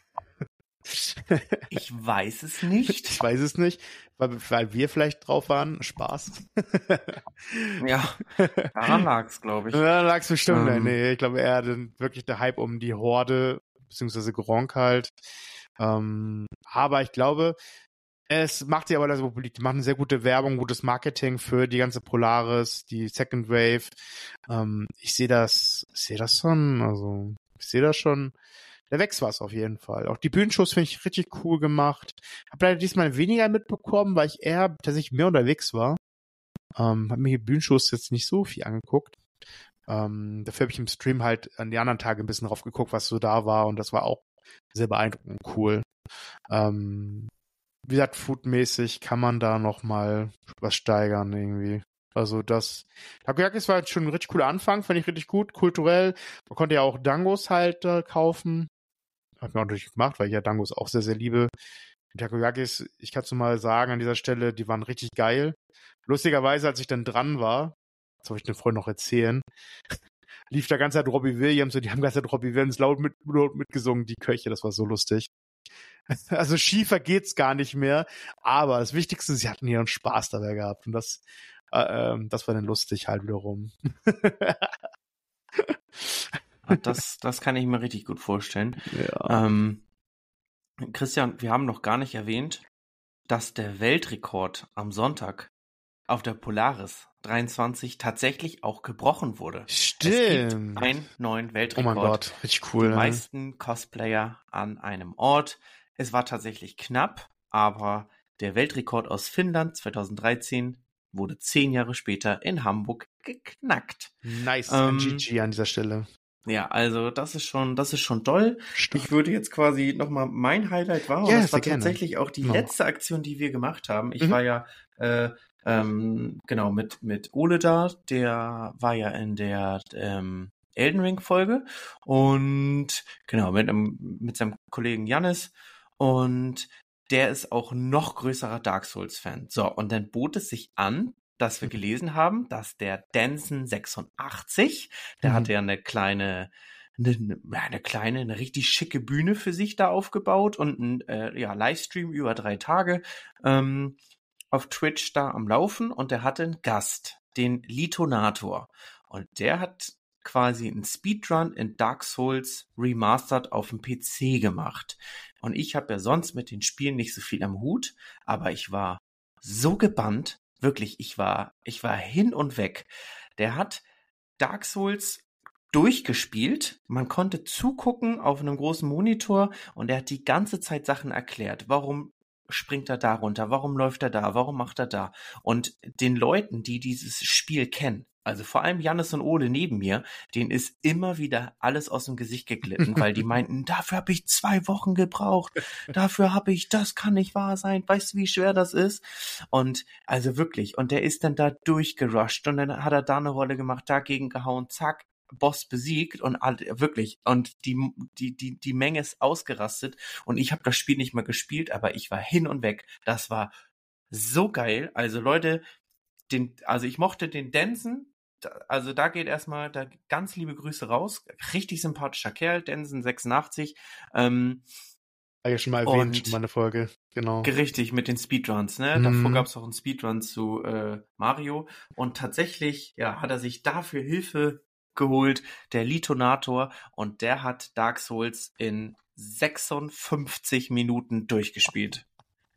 Speaker 1: Ich weiß es nicht.
Speaker 2: Ich weiß es nicht, weil wir vielleicht drauf waren. Spaß.
Speaker 1: Ja, daran lag's, glaube ich.
Speaker 2: Daran lag's bestimmt. Nee, ich glaube eher wirklich der Hype um die Horde, beziehungsweise Gronk halt. Aber ich glaube, Es macht sie aber so beliebt. Die machen sehr gute Werbung, gutes Marketing für die ganze Polaris, die Second Wave. Ich sehe das schon, also ich sehe das schon. Da wächst was auf jeden Fall. Auch die Bühnenshows finde ich richtig cool gemacht. Hab leider diesmal weniger mitbekommen, weil ich eher tatsächlich mehr unterwegs war. Hab mir die Bühnenshows jetzt nicht so viel angeguckt. Dafür habe ich im Stream halt an die anderen Tage ein bisschen drauf geguckt, was so da war, und das war auch sehr beeindruckend und cool. Wie gesagt, foodmäßig kann man da noch mal was steigern irgendwie. Also Takoyakis war jetzt schon ein richtig cooler Anfang, fand ich richtig gut, kulturell. Man konnte ja auch Dangos halt kaufen. Hab ich auch natürlich gemacht, weil ich ja Dangos auch sehr, sehr liebe. Die Takoyakis, ich kann es nur mal sagen an dieser Stelle, die waren richtig geil. Lustigerweise, als ich dann dran war, das soll ich den Freunden noch erzählen, lief da ganze Zeit Robbie Williams, und die haben ganze Zeit Robbie Williams laut mitgesungen, die Köche, das war so lustig. Also schiefer geht's gar nicht mehr, aber das Wichtigste, sie hatten ihren Spaß dabei gehabt, und das war dann lustig halt wiederum.
Speaker 1: Das kann ich mir richtig gut vorstellen.
Speaker 2: Ja.
Speaker 1: Christian, wir haben noch gar nicht erwähnt, dass der Weltrekord am Sonntag auf der Polaris 23 tatsächlich auch gebrochen wurde.
Speaker 2: Stimmt.
Speaker 1: Es gibt einen neuen Weltrekord.
Speaker 2: Oh mein Gott, richtig cool.
Speaker 1: Die meisten Cosplayer an einem Ort. Es war tatsächlich knapp, aber der Weltrekord aus Finnland 2013 wurde 10 Jahre später in Hamburg geknackt.
Speaker 2: Nice, GG an dieser Stelle.
Speaker 1: Ja, also das ist schon toll.
Speaker 2: Stark.
Speaker 1: Ich würde jetzt quasi nochmal, mein Highlight war, und das war tatsächlich auch die letzte Aktion, die wir gemacht haben. Ich war ja genau mit Ole da, der war ja in der Elden Ring Folge, und genau mit seinem Kollegen Jannis, und der ist auch noch größerer Dark Souls Fan. So, und dann bot es sich an, dass wir gelesen haben, dass der Denson 86, der hatte ja eine richtig schicke Bühne für sich da aufgebaut und ein Livestream über 3 Tage auf Twitch da am Laufen, und der hatte einen Gast, den Litonator, und der hat quasi einen Speedrun in Dark Souls Remastered auf dem PC gemacht. Und ich habe ja sonst mit den Spielen nicht so viel am Hut, aber ich war so gebannt, wirklich, ich war hin und weg. Der hat Dark Souls durchgespielt, man konnte zugucken auf einem großen Monitor, und er hat die ganze Zeit Sachen erklärt. Warum springt er da runter? Warum läuft er da? Warum macht er da? Und den Leuten, die dieses Spiel kennen, also vor allem Jannis und Ole neben mir, denen ist immer wieder alles aus dem Gesicht geglitten, weil die meinten, dafür habe ich 2 Wochen gebraucht, das kann nicht wahr sein, weißt du, wie schwer das ist? Und also wirklich, und der ist dann da durchgerusht, und dann hat er da eine Rolle gemacht, dagegen gehauen, zack, Boss besiegt, und wirklich, und die Menge ist ausgerastet, und ich habe das Spiel nicht mehr gespielt, aber ich war hin und weg. Das war so geil. Also Leute, ich mochte den Denson, also da geht erstmal da ganz liebe Grüße raus. Richtig sympathischer Kerl, Denson 86.
Speaker 2: Habe ich schon mal erwähnt, schon mal eine Folge, genau.
Speaker 1: Richtig, mit den Speedruns, ne? Davor gab es auch einen Speedrun zu Mario, und tatsächlich, ja, hat er sich dafür Hilfe geholt, der Litonator, und der hat Dark Souls in 56 Minuten durchgespielt.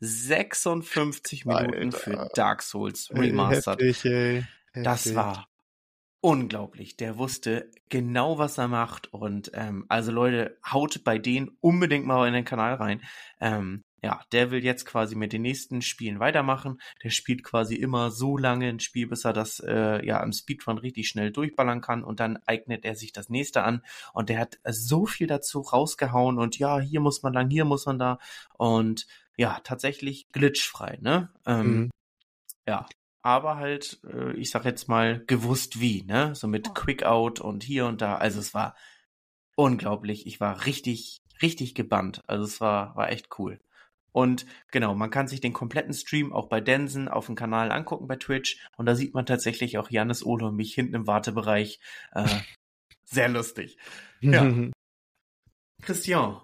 Speaker 1: 56 Minuten für Dark Souls Remastered.
Speaker 2: Heftig.
Speaker 1: Das war unglaublich. Der wusste genau, was er macht, und also Leute, haut bei denen unbedingt mal in den Kanal rein. Der will jetzt quasi mit den nächsten Spielen weitermachen. Der spielt quasi immer so lange ein Spiel, bis er das im Speedrun richtig schnell durchballern kann, und dann eignet er sich das nächste an, und der hat so viel dazu rausgehauen, und ja, hier muss man lang, hier muss man da, und ja, tatsächlich glitchfrei, ne? Ja, aber halt, ich sag jetzt mal, gewusst wie, ne? So mit Quick-Out und hier und da. Also es war unglaublich. Ich war richtig, richtig gebannt. Also es war echt cool. Und genau, man kann sich den kompletten Stream auch bei Denson auf dem Kanal angucken bei Twitch. Und da sieht man tatsächlich auch Jannis, Ole und mich hinten im Wartebereich. Sehr lustig. Ja. Christian,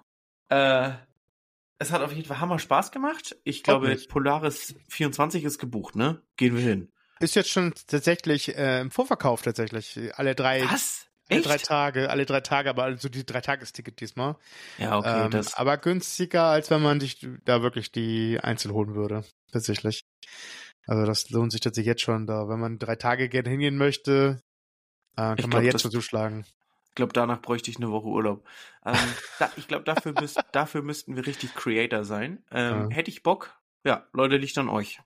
Speaker 1: es hat auf jeden Fall Hammer Spaß gemacht. Ich glaube, Polaris 24 ist gebucht, ne? Gehen wir hin.
Speaker 2: Ist jetzt schon tatsächlich im Vorverkauf tatsächlich. Alle 3.
Speaker 1: Was? Echt?
Speaker 2: Alle 3 Tage, aber also die 3-Tages-Ticket diesmal.
Speaker 1: Ja, okay,
Speaker 2: Aber günstiger, als wenn man sich da wirklich die einzeln holen würde. Tatsächlich. Also das lohnt sich tatsächlich jetzt schon da. Wenn man 3 Tage gerne hingehen möchte, kann man jetzt schon zuschlagen.
Speaker 1: Ich glaube, danach bräuchte ich eine Woche Urlaub. Ich glaube, dafür müssten wir richtig Creator sein. Hätte ich Bock? Ja, Leute, liegt an euch.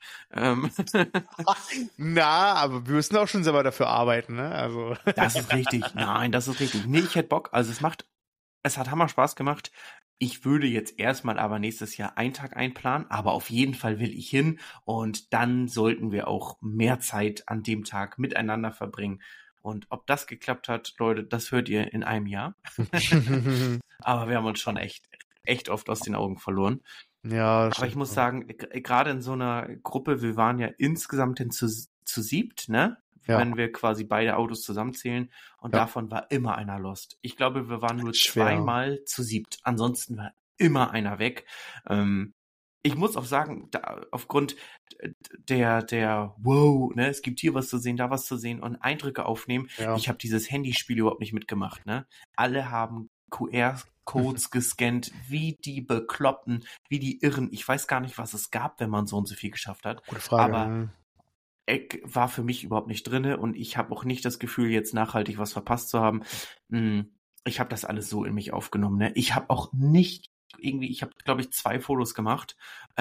Speaker 2: Na, aber wir müssen auch schon selber dafür arbeiten, ne? Also.
Speaker 1: Das ist richtig. Nein, das ist richtig. Nee, ich hätte Bock. Also es hat Hammer Spaß gemacht. Ich würde jetzt erstmal aber nächstes Jahr einen Tag einplanen, aber auf jeden Fall will ich hin und dann sollten wir auch mehr Zeit an dem Tag miteinander verbringen. Und ob das geklappt hat, Leute, das hört ihr in einem Jahr. Aber wir haben uns schon echt oft aus den Augen verloren.
Speaker 2: Ja,
Speaker 1: aber ich muss sagen, gerade in so einer Gruppe, wir waren ja insgesamt zu 7, ne? Ja. Wenn wir quasi beide Autos zusammenzählen. Und davon war immer einer lost. Ich glaube, wir waren nur zweimal zu 7. Ansonsten war immer einer weg. Ich muss auch sagen, aufgrund der wow, ne, es gibt hier was zu sehen, da was zu sehen und Eindrücke aufnehmen. Ja. Ich habe dieses Handyspiel überhaupt nicht mitgemacht, ne? Alle haben QR-Codes gescannt, wie die Bekloppten, wie die Irren. Ich weiß gar nicht, was es gab, wenn man so und so viel geschafft hat.
Speaker 2: Gute Frage.
Speaker 1: Aber war für mich überhaupt nicht drinne und ich habe auch nicht das Gefühl, jetzt nachhaltig was verpasst zu haben. Ich habe das alles so in mich aufgenommen, ne? Ich habe auch nicht ich habe, glaube ich, 2 Fotos gemacht.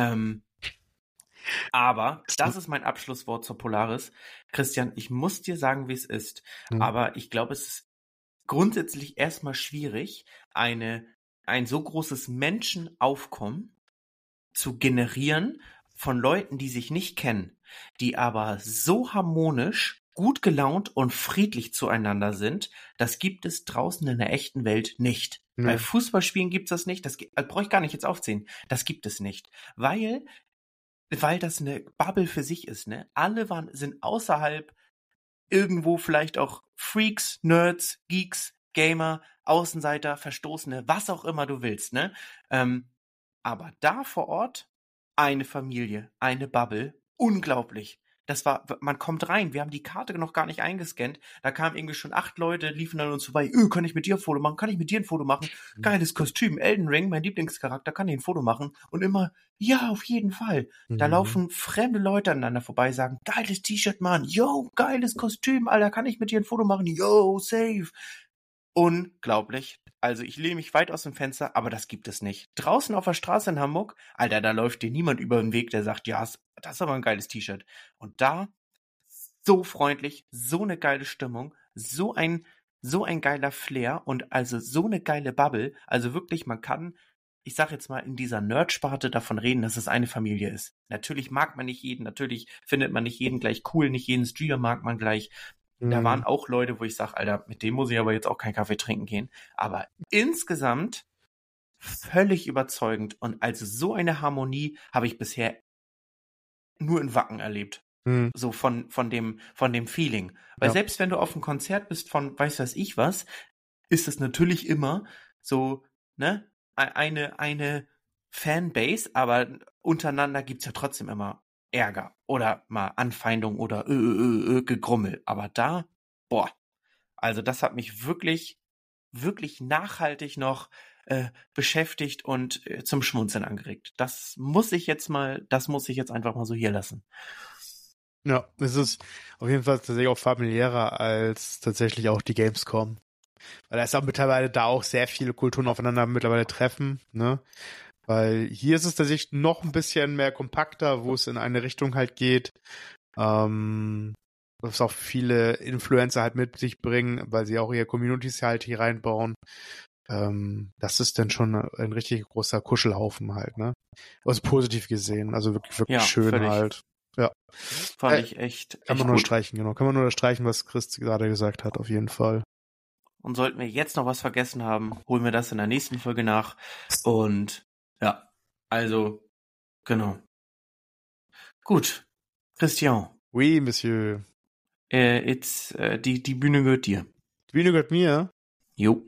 Speaker 1: Aber das ist mein Abschlusswort zur Polaris. Christian, ich muss dir sagen, wie es ist. Aber ich glaube, es ist grundsätzlich erstmal schwierig, ein so großes Menschenaufkommen zu generieren von Leuten, die sich nicht kennen, die aber so harmonisch, gut gelaunt und friedlich zueinander sind. Das gibt es draußen in der echten Welt nicht. Bei Fußballspielen gibt es das nicht. Das brauche ich gar nicht jetzt aufzählen. Das gibt es nicht. Weil das eine Bubble für sich ist, ne? Alle sind außerhalb irgendwo vielleicht auch Freaks, Nerds, Geeks, Gamer, Außenseiter, Verstoßene, was auch immer du willst, ne? Aber da vor Ort eine Familie, eine Bubble, unglaublich. Man kommt rein, wir haben die Karte noch gar nicht eingescannt, da kamen irgendwie schon 8 Leute, liefen an uns vorbei, kann ich mit dir ein Foto machen, kann ich mit dir ein Foto machen, geiles Kostüm, Elden Ring, mein Lieblingscharakter, kann ich ein Foto machen und immer, ja, auf jeden Fall. Da laufen fremde Leute aneinander vorbei, sagen, geiles T-Shirt, Mann, yo, geiles Kostüm, Alter, kann ich mit dir ein Foto machen, yo, safe. Unglaublich. Also ich lehne mich weit aus dem Fenster, aber das gibt es nicht. Draußen auf der Straße in Hamburg, Alter, da läuft dir niemand über den Weg, der sagt, ja, das ist aber ein geiles T-Shirt. Und da, so freundlich, so eine geile Stimmung, so ein geiler Flair und also so eine geile Bubble. Also wirklich, man kann, ich sag jetzt mal, in dieser Nerd-Sparte davon reden, dass es eine Familie ist. Natürlich mag man nicht jeden, natürlich findet man nicht jeden gleich cool, nicht jeden Streamer mag man gleich. Da waren auch Leute, wo ich sage, Alter, mit dem muss ich aber jetzt auch keinen Kaffee trinken gehen. Aber insgesamt völlig überzeugend. Und also so eine Harmonie habe ich bisher nur in Wacken erlebt. So von dem Feeling. Weil selbst wenn du auf einem Konzert bist von weiß ich was, ist es natürlich immer so, ne, eine Fanbase, aber untereinander gibt's ja trotzdem immer Ärger oder mal Anfeindung oder Gegrummel. Aber da, also das hat mich wirklich, wirklich nachhaltig noch beschäftigt und zum Schmunzeln angeregt. Das muss ich jetzt einfach mal so hier lassen.
Speaker 2: Ja, es ist auf jeden Fall tatsächlich auch familiärer als tatsächlich auch die Gamescom. Weil da ist auch mittlerweile da auch sehr viele Kulturen aufeinander mittlerweile treffen, ne? Weil hier ist es tatsächlich noch ein bisschen mehr kompakter, wo es in eine Richtung halt geht. Was auch viele Influencer halt mit sich bringen, weil sie auch ihre Communities halt hier reinbauen. Das ist dann schon ein richtig großer Kuschelhaufen halt, ne? Also positiv gesehen, also wirklich schön völlig. Halt. Ja.
Speaker 1: Fand ich echt.
Speaker 2: Kann man nur streichen, genau. Kann man nur streichen, was Chris gerade gesagt hat, auf jeden Fall.
Speaker 1: Und sollten wir jetzt noch was vergessen haben, holen wir das in der nächsten Folge nach. Und ja, also, genau. Gut. Christian.
Speaker 2: Oui, Monsieur.
Speaker 1: Die Bühne gehört dir.
Speaker 2: Die Bühne gehört mir?
Speaker 1: Jo.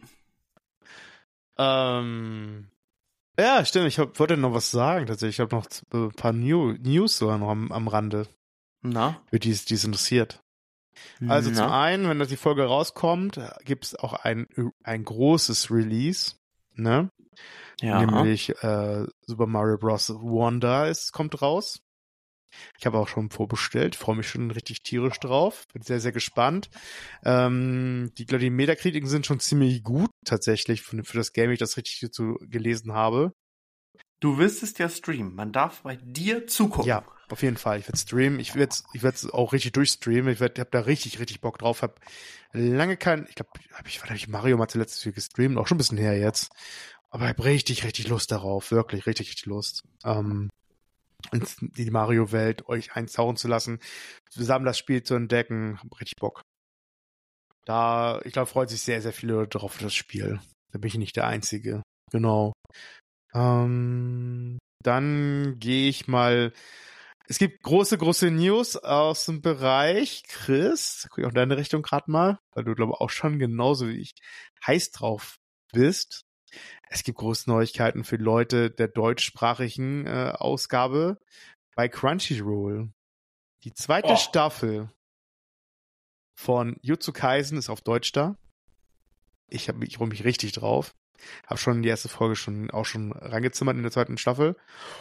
Speaker 2: Ja, stimmt. Ich wollte noch was sagen tatsächlich. Ich habe noch ein paar News so noch am Rande.
Speaker 1: Na?
Speaker 2: Für die es interessiert. Also zum einen, wenn die Folge rauskommt, gibt es auch ein großes Release, ne?
Speaker 1: Ja.
Speaker 2: Nämlich Super Mario Bros. Wonder kommt raus. Ich habe auch schon vorbestellt, freue mich schon richtig tierisch drauf, bin sehr, sehr gespannt. Die Metakritiken sind schon ziemlich gut tatsächlich für das Game, ich das richtig dazu gelesen habe.
Speaker 1: Du wirst es ja streamen, man darf bei dir zugucken.
Speaker 2: Ja, auf jeden Fall, ich werde streamen, ich werde es auch richtig durchstreamen, ich habe da richtig, richtig Bock drauf, habe lange ich glaube, habe ich Mario mal zuletzt gestreamt, auch schon ein bisschen her jetzt, aber ich habe richtig, richtig Lust darauf, wirklich richtig, richtig Lust. In die Mario-Welt euch eintauchen zu lassen, zusammen das Spiel zu entdecken, hab richtig Bock. Ich glaube, freuen sich sehr, sehr viele Leute drauf für das Spiel. Da bin ich nicht der Einzige. Genau. Dann gehe ich mal. Es gibt große, große News aus dem Bereich. Chris, guck ich auch in deine Richtung gerade mal, weil du, glaube ich, auch schon genauso wie ich heiß drauf bist. Es gibt große Neuigkeiten für Leute der deutschsprachigen Ausgabe bei Crunchyroll. Die zweite Staffel von Jujutsu Kaisen ist auf Deutsch da. Ich freue mich richtig drauf. Habe schon die erste Folge schon reingezimmert in der zweiten Staffel.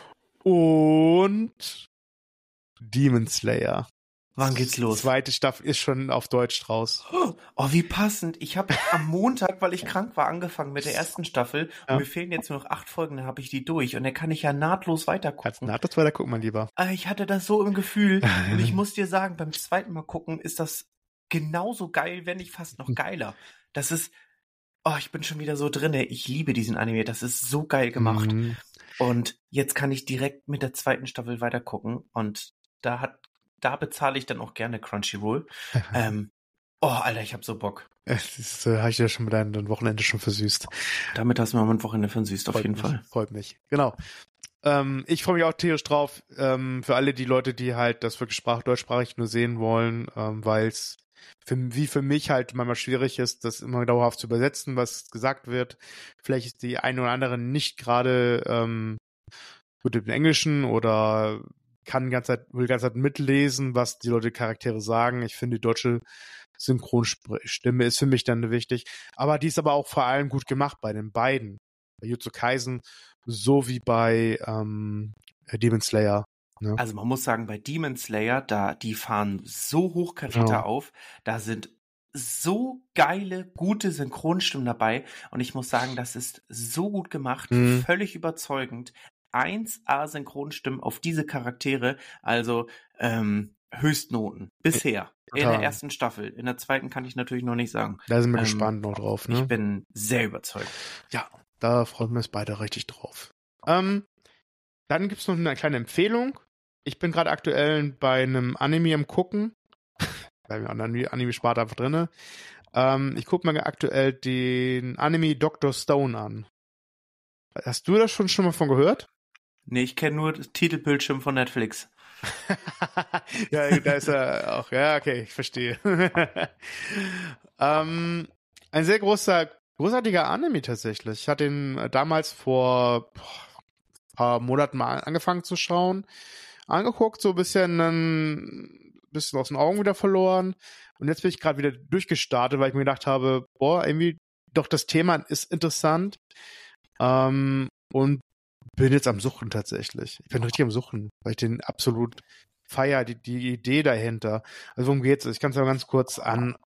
Speaker 2: Und Demon Slayer.
Speaker 1: Wann geht's los?
Speaker 2: Die zweite Staffel ist schon auf Deutsch raus.
Speaker 1: Oh, wie passend. Ich habe am Montag, weil ich krank war, angefangen mit der ersten Staffel. Und mir fehlen jetzt nur noch 8 Folgen, dann habe ich die durch. Und dann kann ich ja nahtlos weitergucken.
Speaker 2: Kannst nahtlos weitergucken, mein Lieber.
Speaker 1: Ich hatte das so im Gefühl. Und ich muss dir sagen, beim zweiten Mal gucken ist das genauso geil, wenn nicht fast noch geiler. Das ist... ich bin schon wieder so drinne. Ich liebe diesen Anime. Das ist so geil gemacht. Und jetzt kann ich direkt mit der zweiten Staffel weitergucken. Und da bezahle ich dann auch gerne Crunchyroll. Alter, ich hab so Bock.
Speaker 2: Das habe ich ja schon mit deinem Wochenende schon versüßt.
Speaker 1: Damit hast du mal mein Wochenende versüßt, auf jeden Fall.
Speaker 2: Freut mich, genau. Ich freue mich auch tierisch drauf, für alle die Leute, die halt das wirklich deutschsprachig nur sehen wollen, weil es für mich halt manchmal schwierig ist, das immer dauerhaft zu übersetzen, was gesagt wird. Vielleicht ist die eine oder andere nicht gerade gut im Englischen oder will die ganze Zeit mitlesen, was die Leute Charaktere sagen. Ich finde, die deutsche Synchronstimme ist für mich dann wichtig. Aber die ist aber auch vor allem gut gemacht bei den beiden. Bei Jujutsu Kaisen so wie bei Demon Slayer. Ne?
Speaker 1: Also man muss sagen, bei Demon Slayer, die fahren so hochkaräter auf, da sind so geile, gute Synchronstimmen dabei. Und ich muss sagen, das ist so gut gemacht, völlig überzeugend. 1A Synchronstimmen auf diese Charaktere, also Höchstnoten bisher in der ersten Staffel. In der zweiten kann ich natürlich noch nicht sagen.
Speaker 2: Da sind wir gespannt noch drauf. Ne?
Speaker 1: Ich bin sehr überzeugt.
Speaker 2: Ja, da freuen wir uns beide richtig drauf. Dann gibt's noch eine kleine Empfehlung. Ich bin gerade aktuell bei einem Anime am Gucken. Bei mir Anime-Sparte einfach drinne. Ich gucke mir aktuell den Anime Dr. Stone an. Hast du das schon mal von gehört?
Speaker 1: Nee, ich kenne nur das Titelbildschirm von Netflix.
Speaker 2: Ja, da ist er auch. Ja, okay, ich verstehe. Ein sehr großartiger Anime tatsächlich. Ich hatte ihn damals vor ein paar Monaten mal angefangen zu schauen. Angeguckt, so ein bisschen aus den Augen wieder verloren. Und jetzt bin ich gerade wieder durchgestartet, weil ich mir gedacht habe, irgendwie doch das Thema ist interessant. Und bin jetzt am Suchen tatsächlich. Ich bin richtig am Suchen, weil ich den absolut feiere, die Idee dahinter. Also worum geht's? Ich kann es mal ganz kurz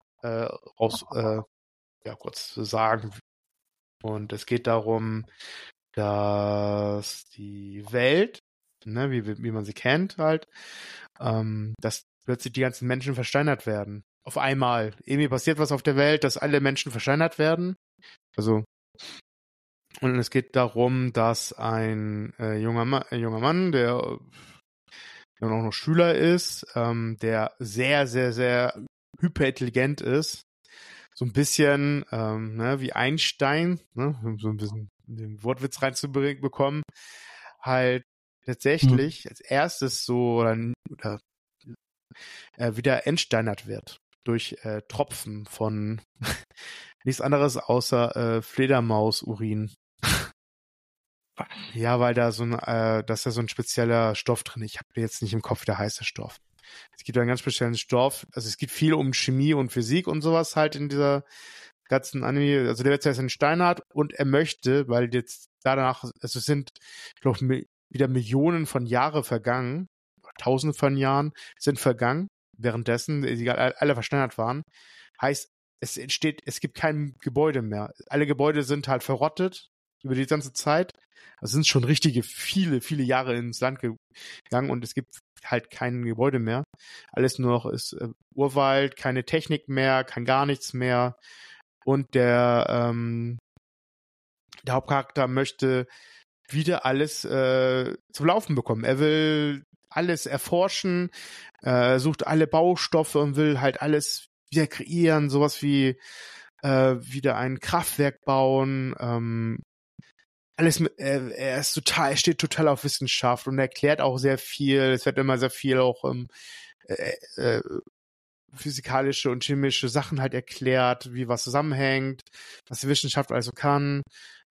Speaker 2: kurz sagen. Und es geht darum, dass die Welt, ne, wie man sie kennt halt, dass plötzlich die ganzen Menschen versteinert werden. Auf einmal. Irgendwie passiert was auf der Welt, dass alle Menschen versteinert werden. Also und es geht darum, dass ein junger Mann, der auch noch Schüler ist, der sehr, sehr, sehr hyperintelligent ist, so ein bisschen wie Einstein, ne, so ein bisschen den Wortwitz reinzubekommen, halt tatsächlich als erstes so wieder entsteinert wird durch Tropfen von nichts anderes außer Fledermausurin. Ja, weil da das ist ja so ein spezieller Stoff drin. Ich habe jetzt nicht im Kopf, der heiße Stoff. Es gibt einen ganz speziellen Stoff. Also es geht viel um Chemie und Physik und sowas halt in dieser ganzen Anime. Also der wird zuerst in Steinart und er möchte, weil jetzt danach, also es sind, ich glaube, wieder Millionen von Jahren vergangen, Tausende von Jahren sind vergangen, währenddessen sie alle versteinert waren. Heißt, es gibt kein Gebäude mehr. Alle Gebäude sind halt verrottet über die ganze Zeit. Also sind schon richtige viele, viele Jahre ins Land gegangen und es gibt halt kein Gebäude mehr. Alles nur noch ist Urwald, keine Technik mehr, kein gar nichts mehr. Und der Hauptcharakter möchte wieder alles zum Laufen bekommen. Er will alles erforschen, sucht alle Baustoffe und will halt alles wieder kreieren, sowas wie wieder ein Kraftwerk bauen, er steht total auf Wissenschaft und erklärt auch sehr viel. Es wird immer sehr viel auch physikalische und chemische Sachen halt erklärt, wie was zusammenhängt, was die Wissenschaft also kann.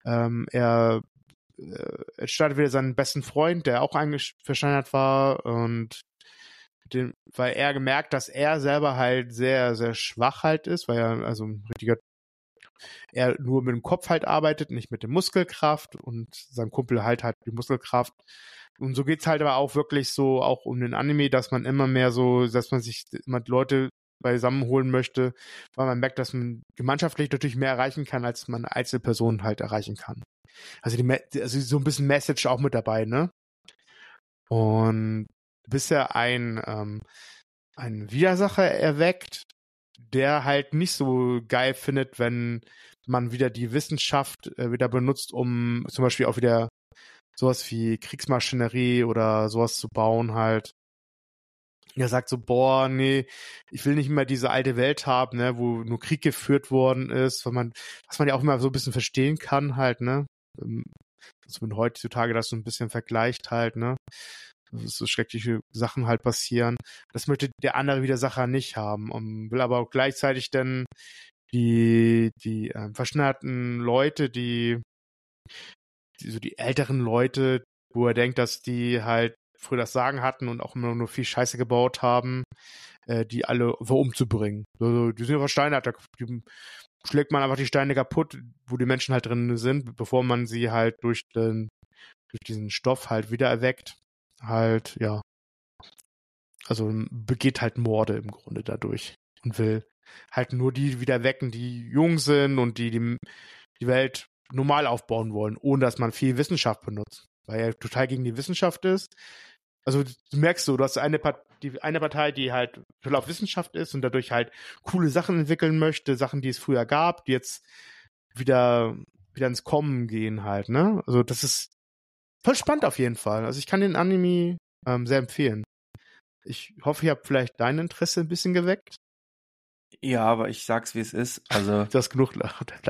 Speaker 2: Er startet wieder seinen besten Freund, der auch eigentlich versteinert war und weil er gemerkt, dass er selber halt sehr, sehr schwach halt ist, weil er also ein richtiger er nur mit dem Kopf halt arbeitet, nicht mit der Muskelkraft und sein Kumpel halt die Muskelkraft. Und so geht's halt aber auch wirklich so auch um den Anime, dass man immer mehr so, dass man sich immer Leute beisammenholen möchte, weil man merkt, dass man gemeinschaftlich natürlich mehr erreichen kann, als man Einzelpersonen halt erreichen kann. Also so ein bisschen Message auch mit dabei, ne? Und bisher ein Widersacher erweckt, der halt nicht so geil findet, wenn man wieder die Wissenschaft wieder benutzt, um zum Beispiel auch wieder sowas wie Kriegsmaschinerie oder sowas zu bauen halt. Er sagt so, boah, nee, ich will nicht mehr diese alte Welt haben, ne, wo nur Krieg geführt worden ist, was man ja auch immer so ein bisschen verstehen kann halt, ne. Dass man heutzutage das so ein bisschen vergleicht halt, ne. Dass so schreckliche Sachen halt passieren. Das möchte der andere Widersacher nicht haben und will aber auch gleichzeitig dann die verschnarrten Leute, die älteren Leute, wo er denkt, dass die halt früher das Sagen hatten und auch immer nur viel Scheiße gebaut haben, die alle umzubringen. Also, die sind ja versteinert, da schlägt man einfach die Steine kaputt, wo die Menschen halt drin sind, bevor man sie halt durch diesen Stoff halt wieder erweckt. Halt, ja. Also begeht halt Morde im Grunde dadurch und will halt nur die wieder wecken, die jung sind und die Welt normal aufbauen wollen, ohne dass man viel Wissenschaft benutzt, weil er total gegen die Wissenschaft ist. Also du merkst so, du hast eine Partei, die halt total auf Wissenschaft ist und dadurch halt coole Sachen entwickeln möchte, Sachen, die es früher gab, die jetzt wieder ins Kommen gehen halt, ne? Also das ist voll spannend auf jeden Fall. Also ich kann den Anime sehr empfehlen. Ich hoffe, ich habe vielleicht dein Interesse ein bisschen geweckt.
Speaker 1: Ja, aber ich sag's, wie es ist. Also
Speaker 2: du hast genug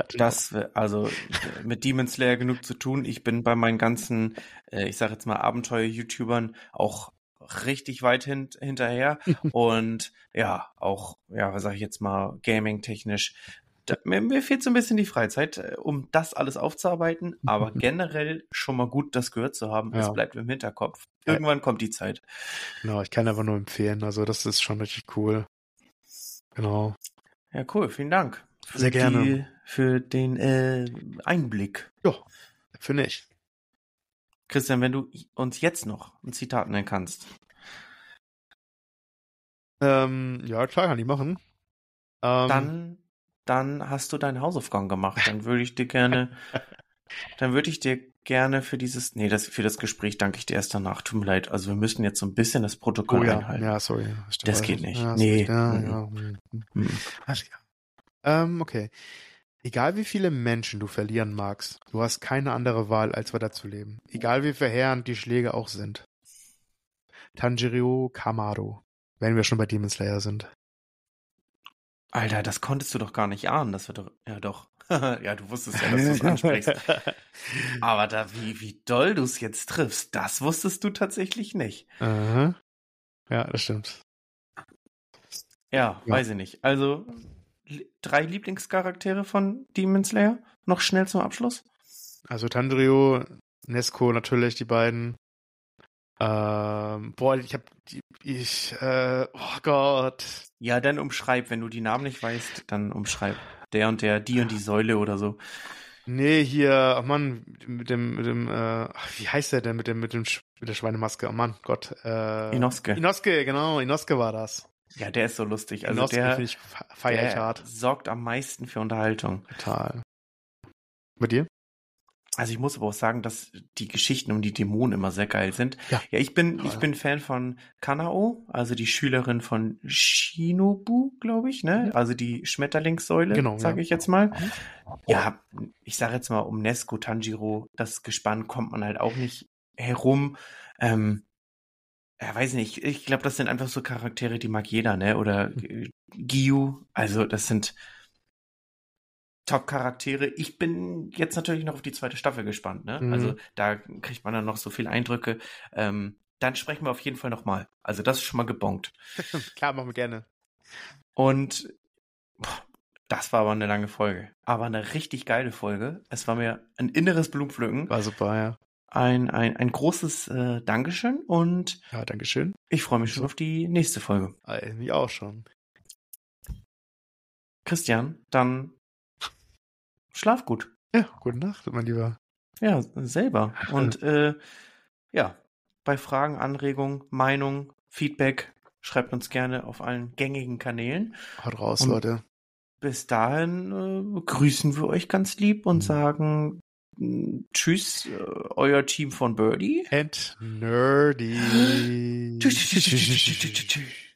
Speaker 1: mit Demon Slayer genug zu tun. Ich bin bei meinen ganzen, ich sag jetzt mal Abenteuer-YouTubern auch richtig weit hinterher und ja, auch, ja, was sag ich jetzt mal, Gaming-technisch. Mir fehlt so ein bisschen die Freizeit, um das alles aufzuarbeiten, aber generell schon mal gut, das gehört zu haben. Ja. Es bleibt im Hinterkopf. Irgendwann kommt die Zeit.
Speaker 2: Genau, ich kann aber nur empfehlen. Also das ist schon richtig cool. Genau.
Speaker 1: Ja, cool. Vielen Dank.
Speaker 2: Sehr gerne.
Speaker 1: Für den Einblick.
Speaker 2: Ja, finde ich.
Speaker 1: Christian, wenn du uns jetzt noch ein Zitat nennen kannst.
Speaker 2: Ja, klar, kann ich machen.
Speaker 1: Dann hast du deine Hausaufgaben gemacht. Dann würde ich dir gerne für das Gespräch danke ich dir erst danach. Tut mir leid. Also wir müssen jetzt so ein bisschen das Protokoll einhalten.
Speaker 2: Ja, sorry.
Speaker 1: Das geht nicht.
Speaker 2: Ja,
Speaker 1: nee.
Speaker 2: Okay. Egal wie viele Menschen du verlieren magst, du hast keine andere Wahl, als weiterzuleben. Egal wie verheerend die Schläge auch sind. Tanjiro Kamado. Wenn wir schon bei Demon Slayer sind.
Speaker 1: Alter, das konntest du doch gar nicht ahnen. Das wird doch, ja doch. Ja, du wusstest ja, dass du es ansprichst. Aber wie doll du es jetzt triffst, das wusstest du tatsächlich nicht.
Speaker 2: Ja, das stimmt.
Speaker 1: Ja, weiß ich nicht. Also 3 Lieblingscharaktere von Demon Slayer? Noch schnell zum Abschluss?
Speaker 2: Also Tanjiro, Nezuko natürlich, die beiden. Oh Gott.
Speaker 1: Ja, dann umschreib, wenn du die Namen nicht weißt, dann umschreib. Der und der, die und die Säule oder so.
Speaker 2: Nee, hier, oh Mann, wie heißt der denn mit der Schweinemaske? Oh Mann, Gott.
Speaker 1: Inosuke.
Speaker 2: Inosuke, genau, Inosuke war das.
Speaker 1: Ja, der ist so lustig. Also
Speaker 2: Inosuke feier ich hart.
Speaker 1: Sorgt am meisten für Unterhaltung.
Speaker 2: Total. Bei dir?
Speaker 1: Also ich muss aber auch sagen, dass die Geschichten um die Dämonen immer sehr geil sind.
Speaker 2: Ja,
Speaker 1: ich bin Fan von Kanao, also die Schülerin von Shinobu, glaube ich, ne? Also die Schmetterlingssäule,
Speaker 2: genau,
Speaker 1: sage ich jetzt mal. Ja, ich sage jetzt mal um Nezuko, Tanjiro, das Gespann kommt man halt auch nicht herum. Weiß nicht, ich glaube, das sind einfach so Charaktere, die mag jeder, ne? Oder Giyu, also das sind Top-Charaktere. Ich bin jetzt natürlich noch auf die zweite Staffel gespannt, ne? Also da kriegt man dann noch so viele Eindrücke. Dann sprechen wir auf jeden Fall nochmal. Also das ist schon mal gebongt.
Speaker 2: Klar, machen wir gerne.
Speaker 1: Und das war aber eine lange Folge. Aber eine richtig geile Folge. Es war mir ein inneres Blumenpflücken.
Speaker 2: War super, ja.
Speaker 1: Ein großes Dankeschön und
Speaker 2: ja, Dankeschön.
Speaker 1: Ich freue mich schon auf die nächste Folge.
Speaker 2: Ich auch schon.
Speaker 1: Christian, dann schlaf gut.
Speaker 2: Ja, gute Nacht, mein Lieber.
Speaker 1: Ja, selber. Und bei Fragen, Anregungen, Meinung, Feedback, schreibt uns gerne auf allen gängigen Kanälen.
Speaker 2: Haut raus, Leute.
Speaker 1: Bis dahin grüßen wir euch ganz lieb und sagen Tschüss, euer Team von Birdie.
Speaker 2: And Nerdy.
Speaker 1: Tschüss.